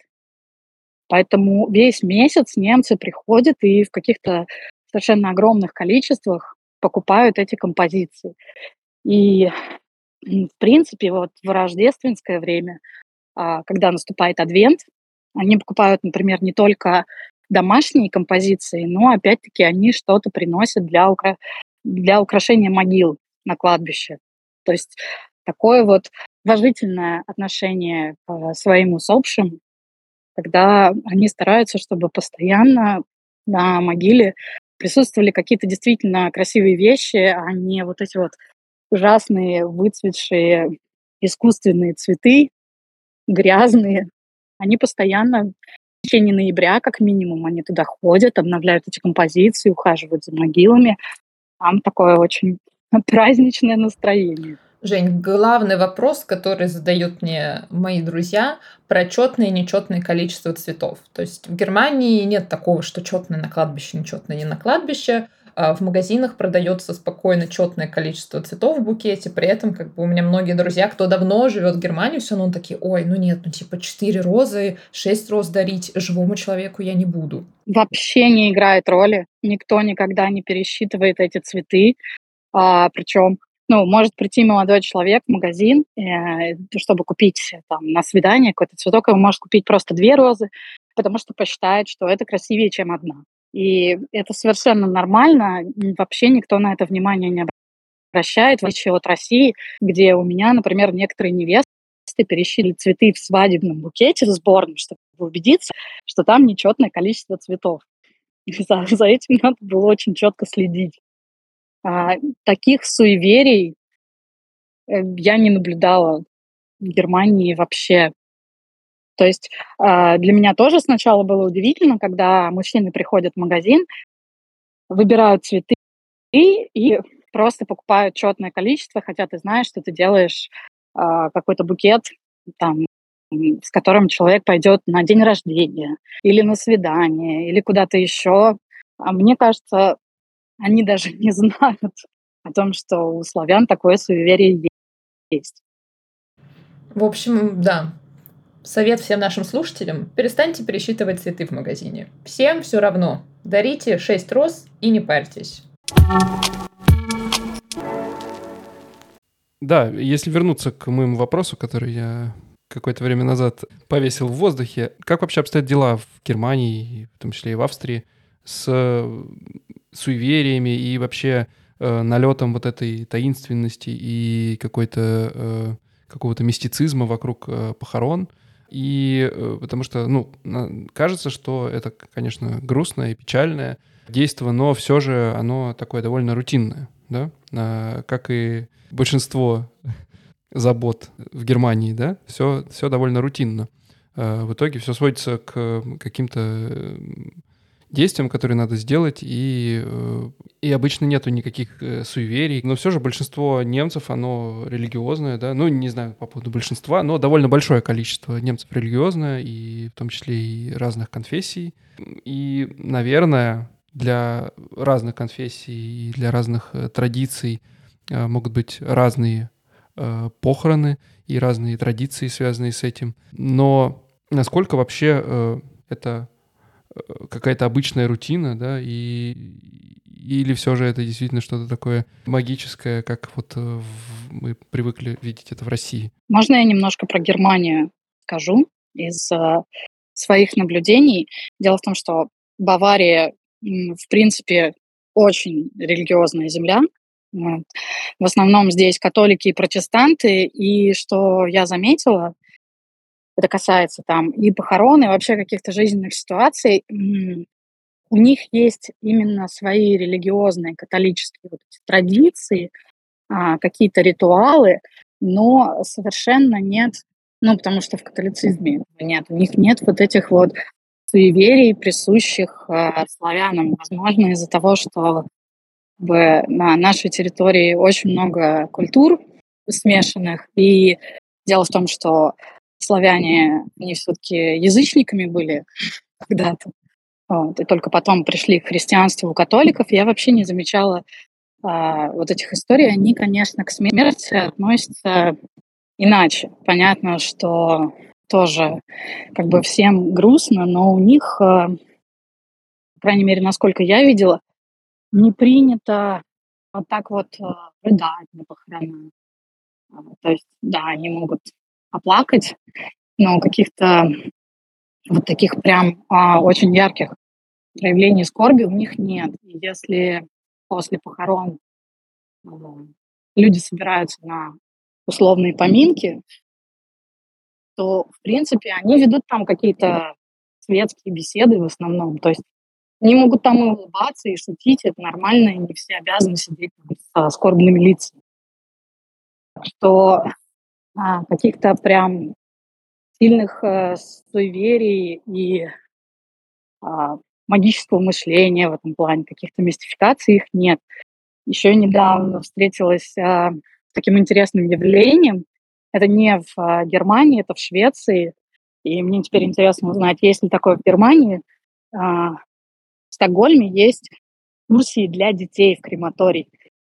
Поэтому весь месяц немцы приходят и в каких-то совершенно огромных количествах покупают эти композиции. И, м, в принципе, вот в рождественское время, а, когда наступает Адвент, они покупают, например, не только домашние композиции, но опять-таки они что-то приносят для, укра... для украшения могил на кладбище. То есть такое вот уважительное отношение к своим усопшим, когда они стараются, чтобы постоянно на могиле присутствовали какие-то действительно красивые вещи, а не вот эти вот ужасные, выцветшие искусственные цветы, грязные. Они постоянно в течение ноября, как минимум, они туда ходят, обновляют эти композиции, ухаживают за могилами. Там такое очень праздничное настроение. Жень, главный вопрос, который задают мне мои друзья, про четное и нечетное количество цветов. То есть в Германии нет такого, что четное на кладбище, нечетное не на кладбище. А в магазинах продается спокойно четное количество цветов в букете. При этом как бы у меня многие друзья, кто давно живет в Германии, все равно такие: ой, ну нет, ну типа четыре розы, шесть роз дарить живому человеку я не буду. Вообще не играет роли. Никто никогда не пересчитывает эти цветы. А, причем, ну, может прийти молодой человек в магазин, э, чтобы купить там на свидание какой-то цветок, и он может купить просто две розы, потому что посчитает, что это красивее, чем одна. И это совершенно нормально. М, Вообще никто на это внимание не обращает, в отличие от России, где у меня, например, некоторые невесты пересчитывали цветы в свадебном букете в сборном, чтобы убедиться, что там нечетное количество цветов. И за, за этим надо было очень четко следить. А, таких суеверий э, я не наблюдала в Германии вообще. То есть а, для меня тоже сначала было удивительно, когда мужчины приходят в магазин, выбирают цветы и просто покупают четное количество, хотя ты знаешь, что ты делаешь а, какой-то букет, там, м, с которым человек пойдет на день рождения или на свидание, или куда-то еще. А мне кажется, они даже не знают о том, что у славян такое суеверие есть. В общем, да, совет всем нашим слушателям: перестаньте пересчитывать цветы в магазине. Всем все равно. Дарите шесть роз и не парьтесь. Да, если вернуться к моему вопросу, который я какое-то время назад повесил в воздухе, как вообще обстоят дела в Германии, в том числе и в Австрии, с э, суевериями и вообще э, налетом вот этой таинственности и какой-то э, какого-то мистицизма вокруг э, похорон? И э, потому что, ну, на- кажется, что это, конечно, грустное и печальное действо, но все же оно такое довольно рутинное, да, А, как и большинство забот в Германии, да, все, все довольно рутинно. Э, В итоге все сводится к каким-то э, действиям, которые надо сделать, и, э, и обычно нету никаких э, суеверий. Но все же большинство немцев, оно религиозное, да, ну, не знаю по поводу большинства, но довольно большое количество немцев религиозное, и в том числе и разных конфессий. И, наверное, для разных конфессий и для разных э, традиций э, могут быть разные э, похороны и разные традиции, связанные с этим. Но насколько вообще э, это э, какая-то обычная рутина, да, и или все же это действительно что-то такое магическое, как вот э, в- мы привыкли видеть это в России? Можно я немножко про Германию скажу из э, своих наблюдений? Дело в том, что Бавария, м, в принципе, очень религиозная земля. Вот. В основном здесь католики и протестанты. И что я заметила, это касается там и похорон, и вообще каких-то жизненных ситуаций, м, у них есть именно свои религиозные католические вот эти традиции, а, какие-то ритуалы, но совершенно нет, ну, потому что в католицизме этого нет, у них нет вот этих вот суеверий, присущих а, славянам. Возможно, из-за того, что как бы, на нашей территории очень много культур смешанных, и дело в том, что славяне, они все-таки язычниками были когда-то, вот, и только потом пришли к христианству у католиков. Я вообще не замечала а, вот этих историй. Они, конечно, к смерти относятся иначе. Понятно, что тоже как бы всем грустно, но у них, а, по крайней мере, насколько я видела, не принято вот так вот а, рыдать на похоронах. А, То есть, да, они могут оплакать, но каких-то вот таких прям а, очень ярких проявлений скорби у них нет. И если после похорон а, люди собираются на условные поминки, то, в принципе, они ведут там какие-то светские беседы в основном. То есть они могут там и улыбаться, и шутить, это нормально, и не все обязаны сидеть там со скорбными лицами. Что а, каких-то прям сильных э, суеверий и а, магического мышления в этом плане, каких-то мистификаций их нет. Еще недавно встретилась а, таким интересным явлением. Это не в а, Германии, это в Швеции. И мне теперь интересно узнать, есть ли такое в Германии. А, В Стокгольме есть экскурсии для детей в крематорий.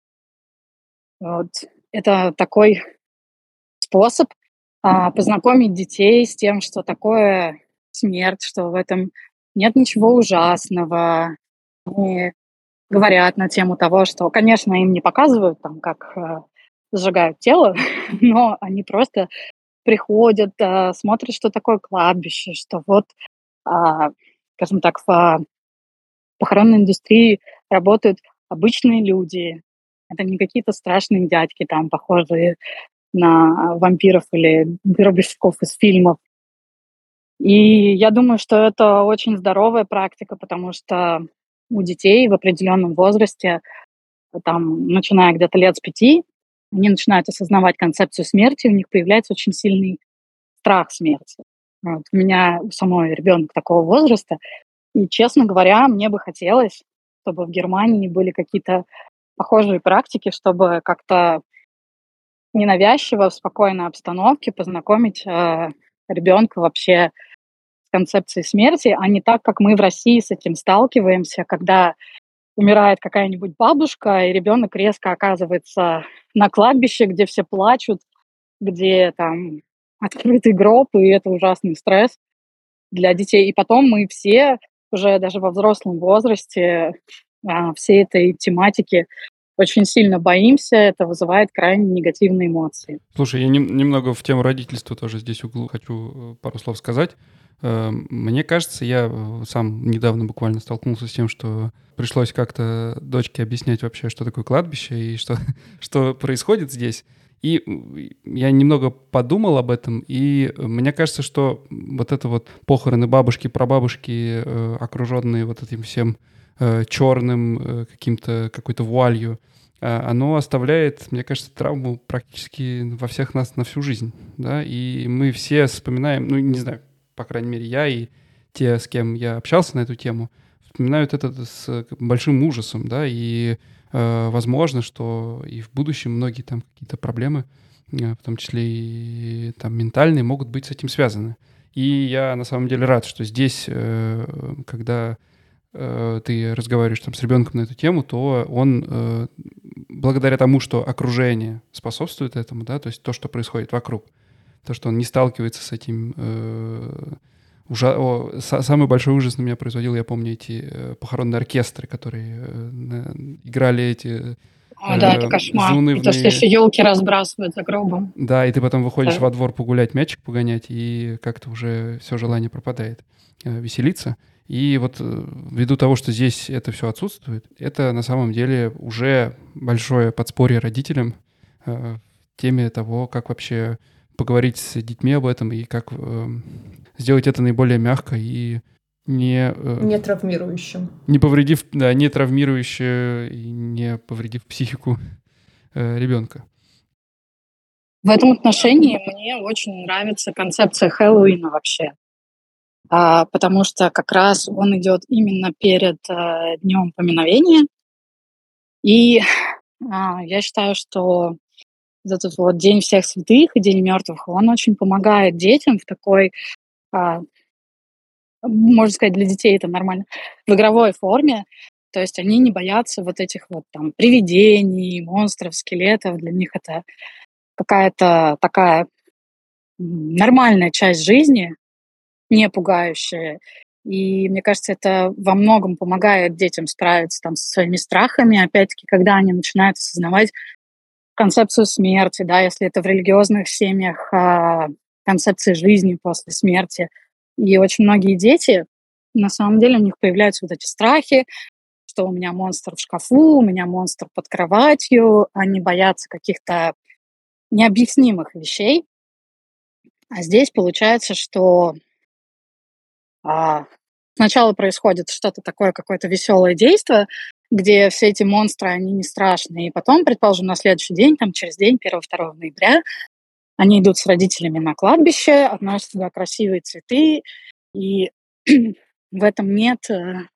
Вот. Это такой способ а, познакомить детей с тем, что такое смерть, что в этом нет ничего ужасного. Они говорят на тему того, что, конечно, им не показывают, там, как э, сжигают тело, но они просто приходят, э, смотрят, что такое кладбище, что вот, а, скажем так, в а, похоронной индустрии работают обычные люди. Это не какие-то страшные дядьки, там, похожие на вампиров или гробовщиков из фильмов. И я думаю, что это очень здоровая практика, потому что у детей в определенном возрасте, там, начиная где-то лет с пяти, они начинают осознавать концепцию смерти, у них появляется очень сильный страх смерти. Вот. У меня у самой ребенок такого возраста, и, честно говоря, мне бы хотелось, чтобы в Германии были какие-то похожие практики, чтобы как-то ненавязчиво, в спокойной обстановке познакомить э, ребенка вообще с концепцией смерти, а не так, как мы в России с этим сталкиваемся, когда умирает какая-нибудь бабушка, и ребенок резко оказывается на кладбище, где все плачут, где там открытый гроб, и это ужасный стресс для детей. И потом мы все уже даже во взрослом возрасте а, всей этой тематики очень сильно боимся, это вызывает крайне негативные эмоции. Слушай, я нем- немного в тему родительства тоже здесь угл- хочу э, пару слов сказать. Э, Мне кажется, я э, сам недавно буквально столкнулся с тем, что пришлось как-то дочке объяснять вообще, что такое кладбище и что, что происходит здесь. И м, я немного подумал об этом, и мне кажется, что вот это вот похороны бабушки, прабабушки, э, окруженные вот этим всем э, черным э, каким-то, какой-то вуалью, а, оно оставляет, мне кажется, травму практически во всех нас на всю жизнь, да, и мы все вспоминаем, ну, не знаю, по крайней мере, я и те, с кем я общался на эту тему, вспоминают это с большим ужасом, да, и э, возможно, что и в будущем многие там какие-то проблемы, э, в том числе и там ментальные, могут быть с этим связаны. И я на самом деле рад, что здесь, э, когда э, ты разговариваешь там с ребенком на эту тему, то он, э, благодаря тому, что окружение способствует этому, да, то есть то, что происходит вокруг, то, что он не сталкивается с этим. Э, ужа... О, са- самый большой ужас на меня производил, я помню, эти э, похоронные оркестры, которые э, на- играли эти О, да, это э, кошмар. И то, что еще заунывные... елки разбрасывают за гробом. Да, и ты потом выходишь Это во двор погулять, мячик погонять, и как-то уже все желание пропадает э, веселиться. И вот э, ввиду того, что здесь это все отсутствует, это на самом деле уже большое подспорье родителям э, в теме того, как вообще поговорить с детьми об этом и как э, сделать это наиболее мягко и не, э, Не травмирующим. не повредив, да, не травмирующе и не повредив психику э, ребенка. В этом отношении мне очень нравится концепция Хэллоуина вообще, а, потому что как раз он идет именно перед э, Днем поминовения. И а, я считаю, что вот этот вот День всех святых и День мертвых, он очень помогает детям в такой, а, можно сказать, для детей это нормально, в игровой форме. То есть они не боятся вот этих вот там привидений, монстров, скелетов. Для них это какая-то такая м, нормальная часть жизни, не пугающая. И мне кажется, это во многом помогает детям справиться там со своими страхами. Опять-таки, когда они начинают осознавать концепцию смерти, да, если это в религиозных семьях, а, концепции жизни после смерти. И очень многие дети, на самом деле, у них появляются вот эти страхи, что у меня монстр в шкафу, у меня монстр под кроватью, они боятся каких-то необъяснимых вещей. А здесь получается, что а, сначала происходит что-то такое, какое-то веселое действие, где все эти монстры, они не страшные. И потом, предположим, на следующий день, там через день, первого-второго ноября, они идут с родителями на кладбище, относят туда красивые цветы, и в этом нет э,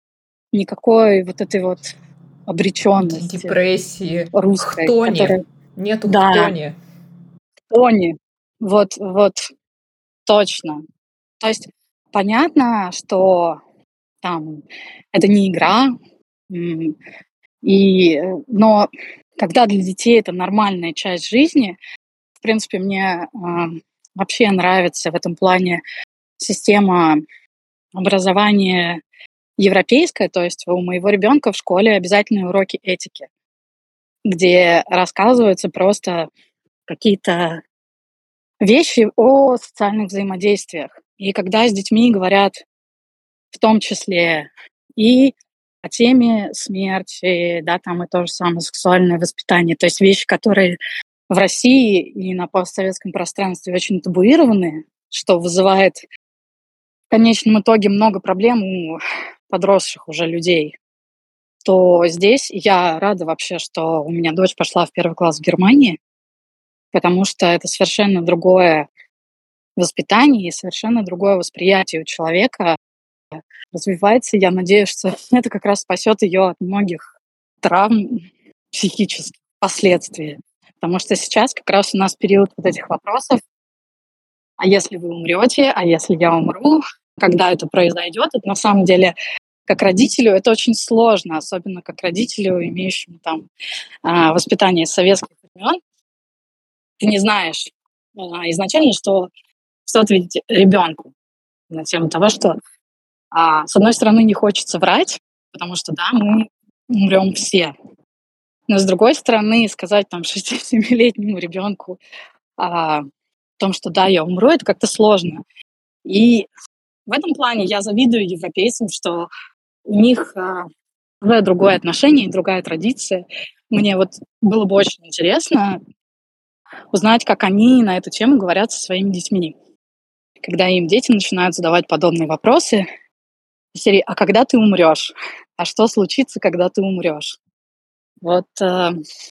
никакой вот этой вот Д- обреченности Депрессии, русской, хтони. которая... Нету Да, хтони. Тони. Вот, вот точно. То есть понятно, что там это не игра, м, и, э, но когда для детей это нормальная часть жизни, в принципе, мне а, вообще нравится в этом плане система образования европейская. То есть у моего ребенка в школе обязательные уроки этики, где рассказываются просто какие-то вещи о социальных взаимодействиях. И когда с детьми говорят в том числе и о теме смерти, да, там и то же самое сексуальное воспитание, то есть вещи, которые в России и на постсоветском пространстве очень табуированы, что вызывает в конечном итоге много проблем у подросших уже людей, то здесь я рада вообще, что у меня дочь пошла в первый класс в Германии, потому что это совершенно другое воспитание и совершенно другое восприятие у человека развивается. Я надеюсь, что это как раз спасет ее от многих травм психических последствий. Потому что сейчас как раз у нас период вот этих вопросов: а если вы умрете, а если я умру, когда это произойдет? Это на самом деле как родителю это очень сложно, особенно как родителю, имеющему там а, воспитание советских времен. Ты не знаешь а, изначально, что, что ответить ребенку на тему того, что а, с одной стороны не хочется врать, потому что да, мы умрем все. Но с другой стороны, сказать там шести-семилетнему ребенку а, о том, что да, я умру, это как-то сложно. И в этом плане я завидую европейцам, что у них а, уже другое отношение и другая традиция. Мне вот было бы очень интересно узнать, как они на эту тему говорят со своими детьми. Когда им дети начинают задавать подобные вопросы, из серии: «А когда ты умрешь? А что случится, когда ты умрешь?» Вот э,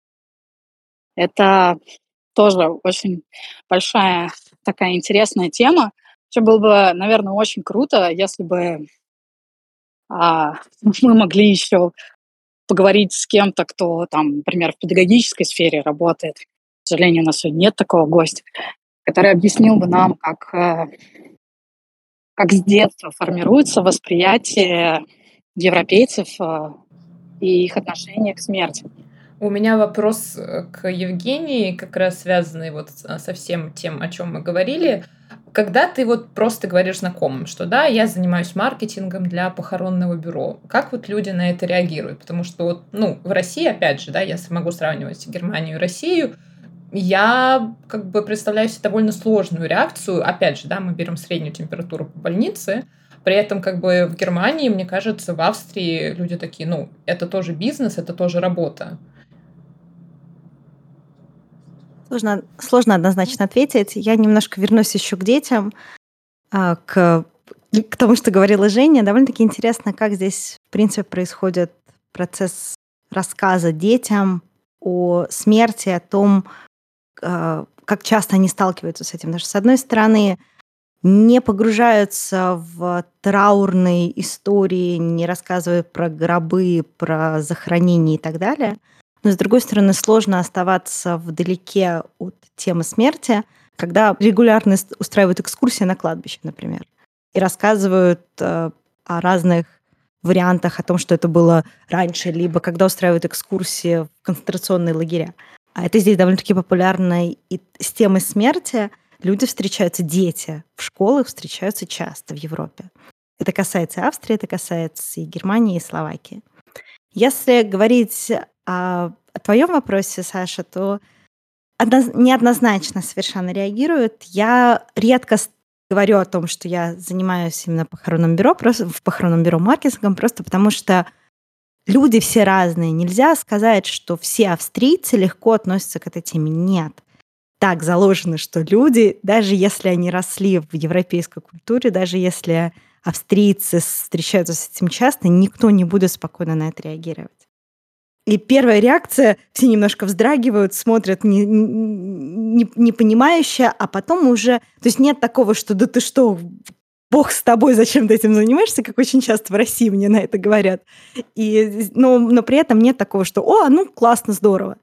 это тоже очень большая такая интересная тема. Еще было бы, наверное, очень круто, если бы а, мы могли еще поговорить с кем-то, кто там, например, в педагогической сфере работает. К сожалению, у нас сегодня нет такого гостя, который объяснил бы нам, как, э, как с детства формируется восприятие европейцев э, и их отношение к смерти. У меня вопрос э, к Евгении, как раз связанный вот с- а, со всем тем, о чем мы говорили. Когда ты вот просто говоришь знакомым, что да, я занимаюсь маркетингом для похоронного бюро, как вот люди на это реагируют? Потому что вот, ну, в России, опять же, да, я с- могу сравнивать Германию и Россию, я как бы представляю себе довольно сложную реакцию. Опять же, да, мы берем среднюю температуру по больнице, при этом как бы в Германии, мне кажется, в Австрии люди такие, ну, это тоже бизнес, это тоже работа. Сложно, сложно однозначно ответить. Я немножко вернусь еще к детям, а, к, к тому, что говорила Женя. Довольно-таки интересно, как здесь, в принципе, происходит процесс рассказа детям о смерти, о том, а, как часто они сталкиваются с этим. Потому что, с одной стороны, не погружаются в траурные истории, не рассказывают про гробы, про захоронения и так далее. Но, с другой стороны, сложно оставаться вдалеке от темы смерти, когда регулярно с- устраивают экскурсии на кладбище, например, и рассказывают э, о разных вариантах, о том, что это было раньше, либо когда устраивают экскурсии в концентрационные лагеря. А это здесь довольно-таки популярно. И с темой смерти люди встречаются, дети в школах встречаются часто в Европе. Это касается Австрии, это касается и Германии, и Словакии. Если говорить о, о твоем вопросе, Саша, то одноз- неоднозначно совершенно реагируют. Я редко с- говорю о том, что я занимаюсь именно похоронным бюро, просто в похоронном бюро маркетингом, просто потому что люди все разные. Нельзя сказать, что все австрийцы легко относятся к этой теме. Нет. Так заложено, что люди, даже если они росли в европейской культуре, даже если австрийцы встречаются с этим часто, никто не будет спокойно на это реагировать. И первая реакция, все немножко вздрагивают, смотрят не, не, непонимающе, а потом уже... То есть нет такого, что да ты что, бог с тобой, зачем ты этим занимаешься, как очень часто в России мне на это говорят. И, но, но при этом нет такого, что о, ну классно, здорово.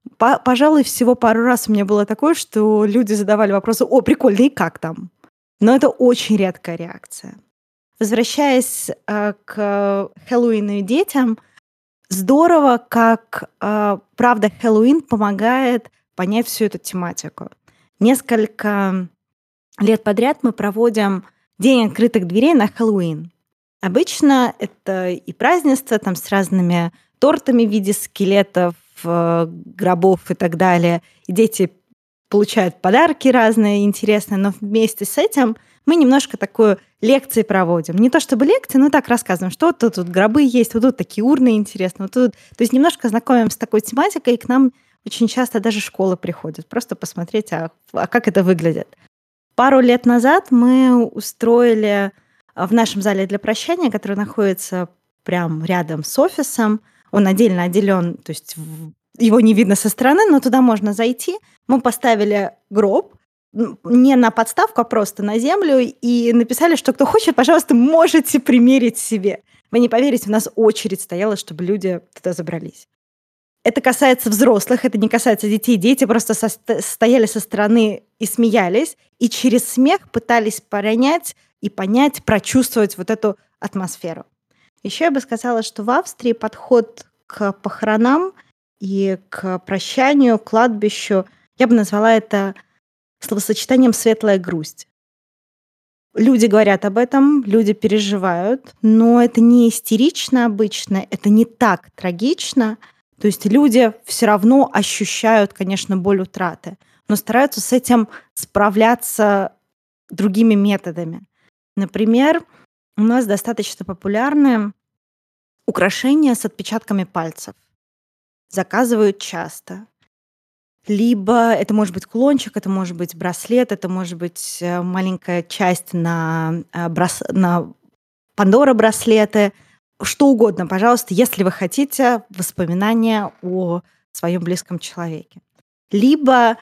По пожалуй, всего пару раз у меня было такое, что люди задавали вопросы: "О, прикольно, и как там?" Но это очень редкая реакция. Возвращаясь, а, к Хэллоуину и детям, здорово, как, а, правда, Хэллоуин помогает понять всю эту тематику. Несколько лет подряд мы проводим День открытых дверей на Хэллоуин. Обычно это и празднество там с разными тортами в виде скелетов, э, гробов и так далее. И дети получают подарки разные интересные, но вместе с этим мы немножко такую лекции проводим. Не то чтобы лекции, но так рассказываем, что вот тут, тут гробы есть, вот тут такие урны интересные, вот тут. То есть немножко знакомим с такой тематикой, и к нам очень часто даже школы приходят, просто посмотреть, а, а как это выглядит. Пару лет назад мы устроили в нашем зале для прощания, который находится прям рядом с офисом, он отдельно отделен, то есть его не видно со стороны, но туда можно зайти. Мы поставили гроб не на подставку, а просто на землю и написали, что кто хочет, пожалуйста, можете примерить себе. Вы не поверите, у нас очередь стояла, чтобы люди туда забрались. Это касается взрослых, это не касается детей. Дети просто со- стояли со стороны и смеялись, и через смех пытались понять и понять, прочувствовать вот эту атмосферу. Еще я бы сказала, что в Австрии подход к похоронам и к прощанию, к кладбищу, я бы назвала это словосочетанием «светлая грусть». Люди говорят об этом, люди переживают, но это не истерично обычно, это не так трагично. То есть люди все равно ощущают, конечно, боль утраты, но стараются с этим справляться другими методами. Например, у нас достаточно популярны украшения с отпечатками пальцев. Заказывают часто. Либо это может быть кулончик, это может быть браслет, это может быть э, маленькая часть на, э, брас... на Пандора браслеты, что угодно, пожалуйста, если вы хотите воспоминания о своем близком человеке. Либо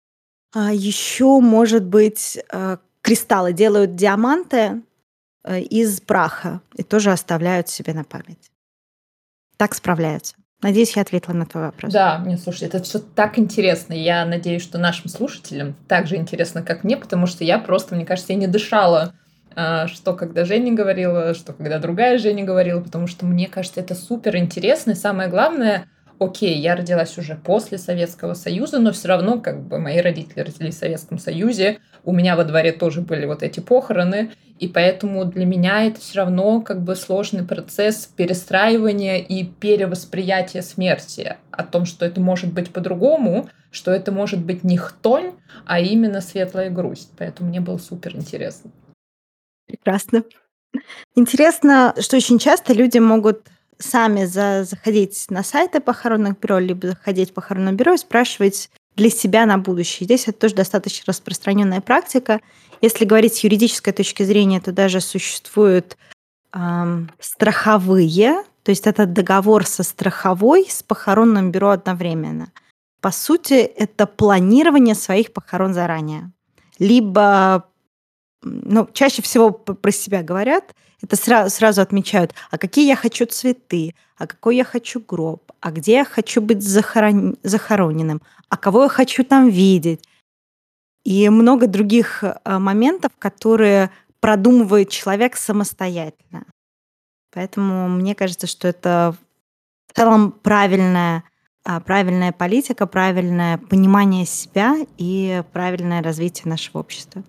а, еще, может быть, а, кристаллы делают диаманты а, из праха и тоже оставляют себе на память. Так справляются. Надеюсь, я ответила на твой вопрос. Да, мне, слушай, это все так интересно. Я надеюсь, что нашим слушателям так же интересно, как мне, потому что я просто, мне кажется, я не дышала, а, что когда Женя говорила, что когда другая Женя говорила, потому что мне кажется, это супер интересно. И самое главное, окей, я родилась уже после Советского Союза, но все равно, как бы, мои родители родились в Советском Союзе, у меня во дворе тоже были вот эти похороны, и поэтому для меня это все равно как бы сложный процесс перестраивания и перевосприятия смерти, о том, что это может быть по-другому, что это может быть не хтонь, а именно светлая грусть. Поэтому мне было супер интересно. Прекрасно. Интересно, что очень часто люди могут сами за, заходить на сайты похоронных бюро, либо заходить в похоронное бюро и спрашивать для себя на будущее. Здесь это тоже достаточно распространенная практика. Если говорить с юридической точки зрения, то даже существуют эм, страховые, то есть это договор со страховой, с похоронным бюро одновременно. По сути, это планирование своих похорон заранее. Либо, ну, чаще всего про себя говорят, это сразу, сразу отмечают, а какие я хочу цветы, а какой я хочу гроб, а где я хочу быть захорон... захороненным, а кого я хочу там видеть. И много других моментов, которые продумывает человек самостоятельно. Поэтому мне кажется, что это в целом правильная, правильная политика, правильное понимание себя и правильное развитие нашего общества.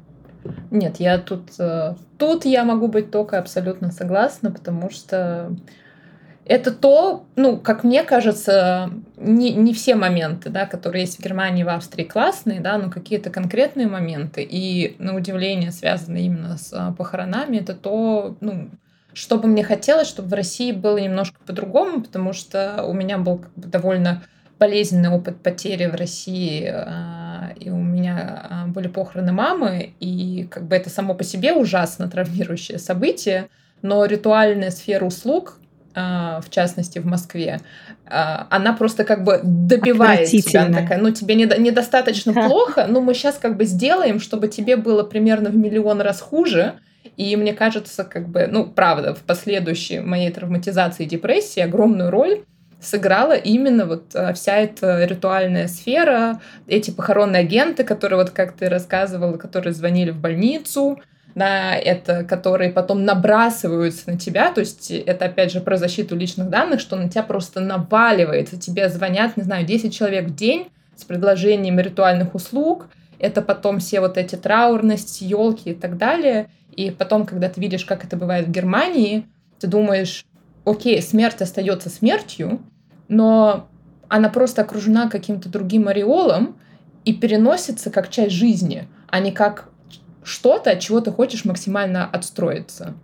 Нет, я тут, тут я могу быть только абсолютно согласна, потому что это то, ну, как мне кажется, не, не все моменты, да, которые есть в Германии, в Австрии классные, да, но какие-то конкретные моменты, и, на удивление, связанные именно с похоронами, это то, ну, что бы мне хотелось, чтобы в России было немножко по-другому, потому что у меня был как бы довольно болезненный опыт потери в России, и у меня были похороны мамы, и как бы это само по себе ужасно травмирующее событие, но ритуальная сфера услуг, в частности в Москве, она просто как бы добивает тебя. Она такая, ну тебе недо- недостаточно плохо, но мы сейчас как бы сделаем, чтобы тебе было примерно в миллион раз хуже. И мне кажется, как бы, ну правда, в последующей моей травматизации и депрессии огромную роль сыграла именно вот э, вся эта ритуальная сфера, эти похоронные агенты, которые, вот как ты рассказывала, которые звонили в больницу, да, это которые потом набрасываются на тебя, то есть это опять же про защиту личных данных, что на тебя просто наваливается, тебе звонят, не знаю, десять человек в день с предложением ритуальных услуг, это потом все вот эти траурности, елки и так далее, и потом, когда ты видишь, как это бывает в Германии, ты думаешь, окей, смерть остается смертью, но она просто окружена каким-то другим ореолом и переносится как часть жизни, а не как что-то, от чего ты хочешь максимально отстроиться.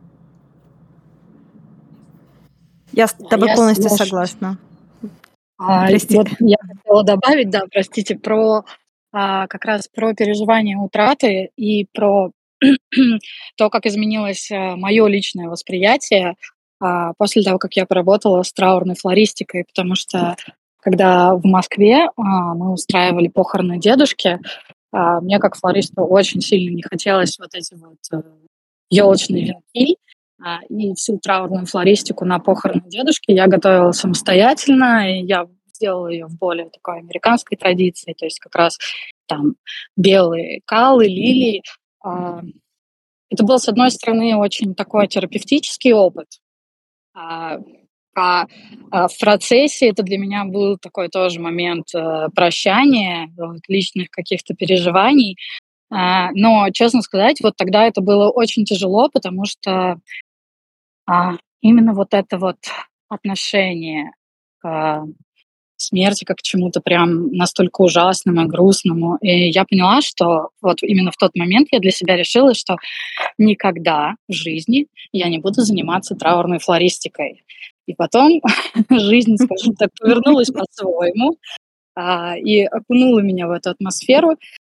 Я с тобой Я полностью соглашусь. согласна. А, Прости. вот я хотела добавить, да, простите, про а, как раз про переживание утраты и про то, как изменилось мое личное восприятие а, после того, как я поработала с траурной флористикой, потому что когда в Москве а, мы устраивали похороны дедушки, а, мне как флористу очень сильно не хотелось вот эти вот елочные венки, а, и всю траурную флористику на похороны дедушки я готовила самостоятельно, и я сделала ее в более такой американской традиции, то есть как раз там белые калы, лилии. А, Это был, с одной стороны, очень такой терапевтический опыт, а а, а в процессе это для меня был такой тоже момент э, прощания, вот, личных каких-то переживаний. А, но, честно сказать, вот тогда это было очень тяжело, потому что а, именно вот это вот отношение к смерти как к чему-то прям настолько ужасному и грустному. И я поняла, что вот именно в тот момент я для себя решила, что никогда в жизни я не буду заниматься траурной флористикой. И потом жизнь, скажем так, повернулась по-своему а, и окунула меня в эту атмосферу.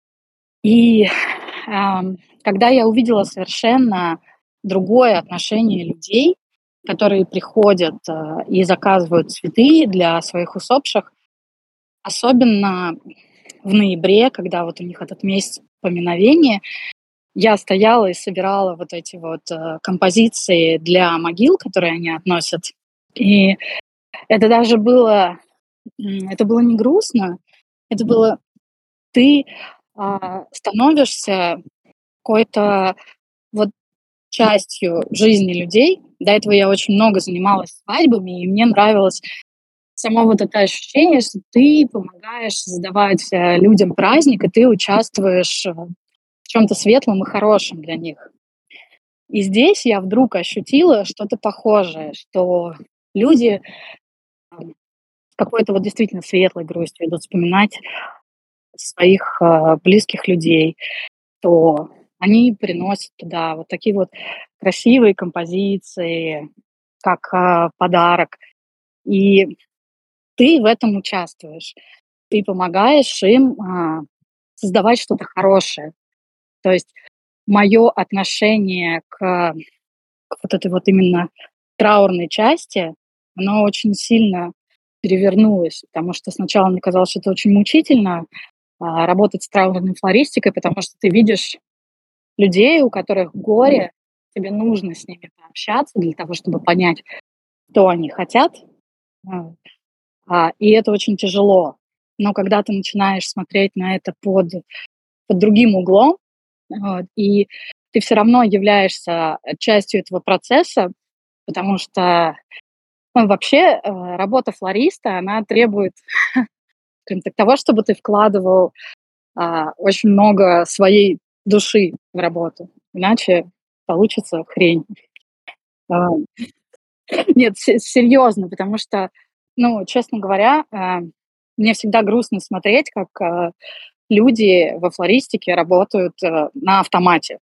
И ам, когда я увидела совершенно другое отношение людей, которые приходят а, и заказывают цветы для своих усопших, особенно в ноябре, когда вот у них этот месяц поминовения, я стояла и собирала вот эти вот э, композиции для могил, которые они относят. И это даже было, м, это было не грустно, это было ты а, становишься какой-то вот частью жизни людей. До этого я очень много занималась свадьбами, и мне нравилось само вот это ощущение, что ты помогаешь создавать э, людям праздник, и ты участвуешь э, в чем-то светлом и хорошем для них. И здесь я вдруг ощутила что-то похожее, что люди ам, с какой-то вот действительно светлой грустью идут вспоминать своих э, близких людей, то они приносят туда вот такие вот красивые композиции, как э, подарок. И ты в этом участвуешь. Ты помогаешь им а, создавать что-то хорошее. То есть мое отношение к, к вот этой вот именно траурной части, оно очень сильно перевернулось, потому что сначала мне казалось, что это очень мучительно а, работать с траурной флористикой, потому что ты видишь людей, у которых горе, тебе нужно с ними пообщаться для того, чтобы понять, что они хотят, а, а, и это очень тяжело. Но когда ты начинаешь смотреть на это под, под другим углом, вот, и ты все равно являешься частью этого процесса, потому что ну, вообще э, работа флориста, она требует скажем так, того, чтобы ты вкладывал а, очень много своей души в работу. Иначе получится хрень. А, Нет, се- серьезно, потому что, ну, честно говоря, а, мне всегда грустно смотреть, как а, люди во флористике работают э, на автомате.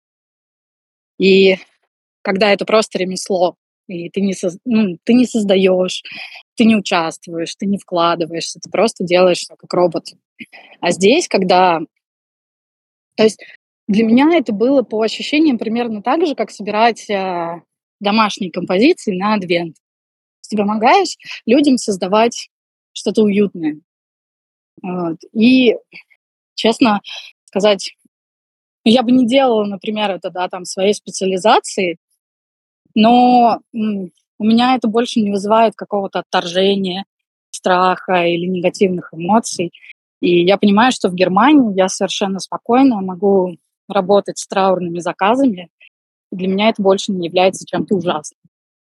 И когда это просто ремесло, и ты не, соз- ну, ты не создаешь, ты не участвуешь, ты не вкладываешься, ты просто делаешь всё как робот. А здесь, когда... То есть для меня это было по ощущениям примерно так же, как собирать а, домашние композиции на адвент. Ты помогаешь людям создавать что-то уютное. Вот. И, честно сказать, я бы не делала, например, это, да, там, своей специализации, но м, у меня это больше не вызывает какого-то отторжения. страха или негативных эмоций. И я понимаю, что в Германии я совершенно спокойно могу работать с траурными заказами. И для меня это больше не является чем-то ужасным.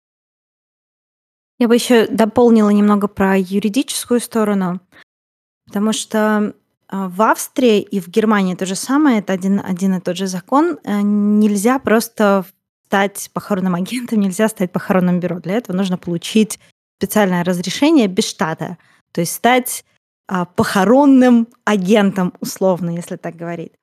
Я бы еще дополнила немного про юридическую сторону, потому что а, в Австрии и в Германии то же самое, это один, один и тот же закон. Э, Нельзя просто стать похоронным агентом, нельзя стать похоронным бюро. Для этого нужно получить специальное разрешение без штата, то есть стать а, похоронным агентом, условно, если так говорить.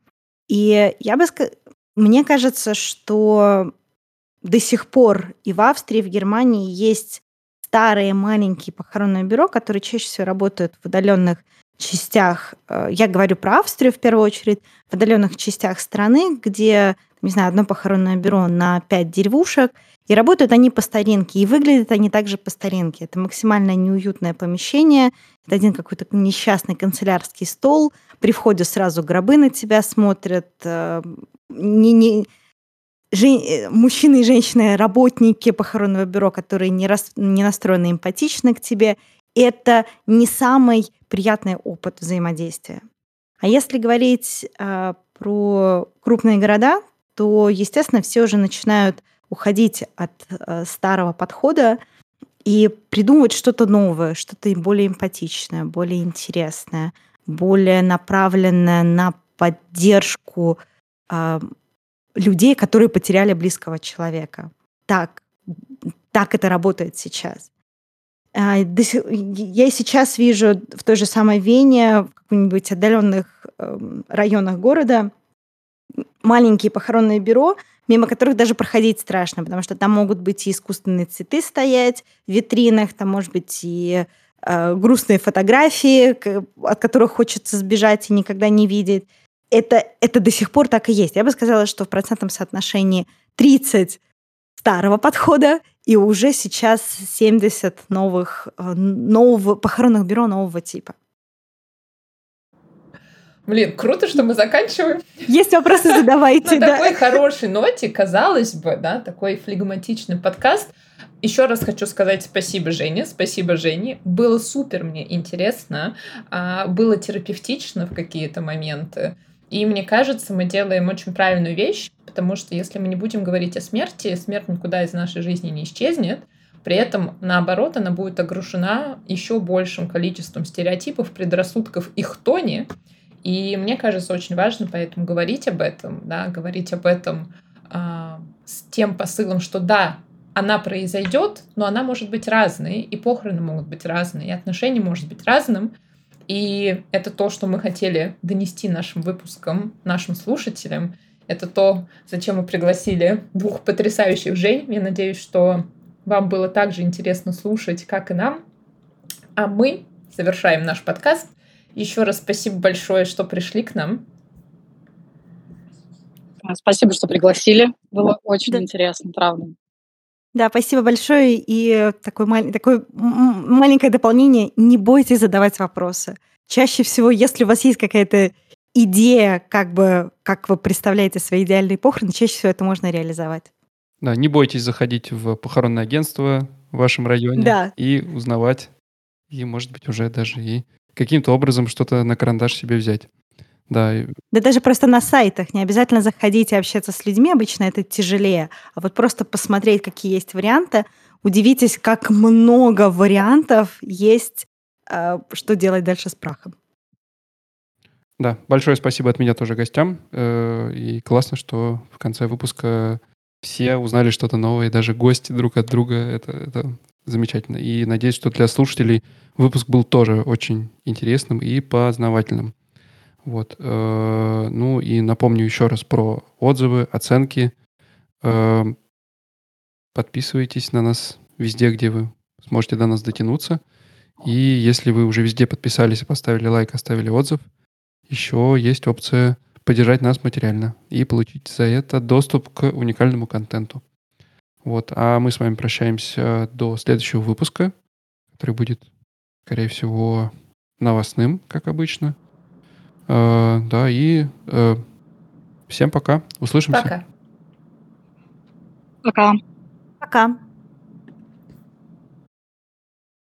И я бы сказала, мне кажется, что до сих пор и в Австрии, и в Германии есть старые маленькие похоронные бюро, которые чаще всего работают в удаленных частях. э, Я говорю про Австрию в первую очередь, в удаленных частях страны, где, не знаю, одно похоронное бюро на пять деревушек, и работают они по старинке, и выглядят они также по старинке. Это максимально неуютное помещение, это один какой-то несчастный канцелярский стол, при входе сразу гробы на тебя смотрят, э, не, не, жен- э, мужчины и женщины, работники похоронного бюро, которые не, рас- не настроены эмпатично к тебе, это не самый приятный опыт взаимодействия. А если говорить а, про крупные города, то, естественно, все уже начинают уходить от а, старого подхода и придумывать что-то новое, что-то более эмпатичное, более интересное, более направленное на поддержку а, людей, которые потеряли близкого человека. Так, так это работает сейчас. А, до сих- Я и сейчас вижу в той же самой Вене, в каких-нибудь отдаленных эм, районах города, маленькие похоронные бюро, мимо которых даже проходить страшно, потому что там могут быть и искусственные цветы стоять в витринах, там может быть и э, грустные фотографии, к- от которых хочется сбежать и никогда не видеть. Это, это до сих пор так и есть. Я бы сказала, что в процентном соотношении тридцать старого подхода и уже сейчас семьдесят новых, э, нового, похоронных бюро нового типа. Блин, круто, что мы заканчиваем Есть вопросы, на задавайте, да. такой хорошей ноте, казалось бы, да, такой флегматичный подкаст. Еще раз хочу сказать спасибо Жене, спасибо Жене. Было супер мне интересно, а, было терапевтично в какие-то моменты. И мне кажется, мы делаем очень правильную вещь, потому что если мы не будем говорить о смерти, смерть никуда из нашей жизни не исчезнет. При этом, наоборот, она будет огрушена еще большим количеством стереотипов, предрассудков и хтони. И мне кажется, очень важно поэтому говорить об этом, да, говорить об этом а, с тем посылом, что да, она произойдет, но она может быть разной, и похороны могут быть разные, и отношения может быть разным. И это то, что мы хотели донести нашим выпускам, нашим слушателям. Это то, зачем мы пригласили двух потрясающих Жень. Я надеюсь, что вам было так же интересно слушать, как и нам. А мы завершаем наш подкаст. Еще раз спасибо большое, что пришли к нам. Спасибо, что пригласили. Было очень Да. интересно, правда. Да, спасибо большое. И такое, мал- такое м- маленькое дополнение. Не бойтесь задавать вопросы. Чаще всего, если у вас есть какая-то идея, как бы, как вы представляете свои идеальные похороны, чаще всего это можно реализовать. Да, не бойтесь заходить в похоронное агентство в вашем районе Да. и узнавать, и, может быть, уже даже и каким-то образом что-то на карандаш себе взять. Да, и- Да даже просто на сайтах. Не обязательно заходить и общаться с людьми, обычно это тяжелее. А вот просто посмотреть, какие есть варианты. Удивитесь, как много вариантов есть, э, что делать дальше с прахом. да, большое спасибо от меня тоже гостям. Э, И классно, что в конце выпуска все узнали что-то новое, и даже гости друг от друга. Это, это замечательно. И надеюсь, что для слушателей выпуск был тоже очень интересным и познавательным. Вот. э, Ну и напомню еще раз про отзывы, оценки. Э, Подписывайтесь на нас везде, где вы сможете до нас дотянуться. И если вы уже везде подписались и поставили лайк, оставили отзыв, еще есть опция поддержать нас материально и получить за это доступ к уникальному контенту. Вот. А мы с вами прощаемся до следующего выпуска, который будет, скорее всего, новостным, как обычно. Э, да, и э, всем пока. Услышимся. Пока. Пока. Пока.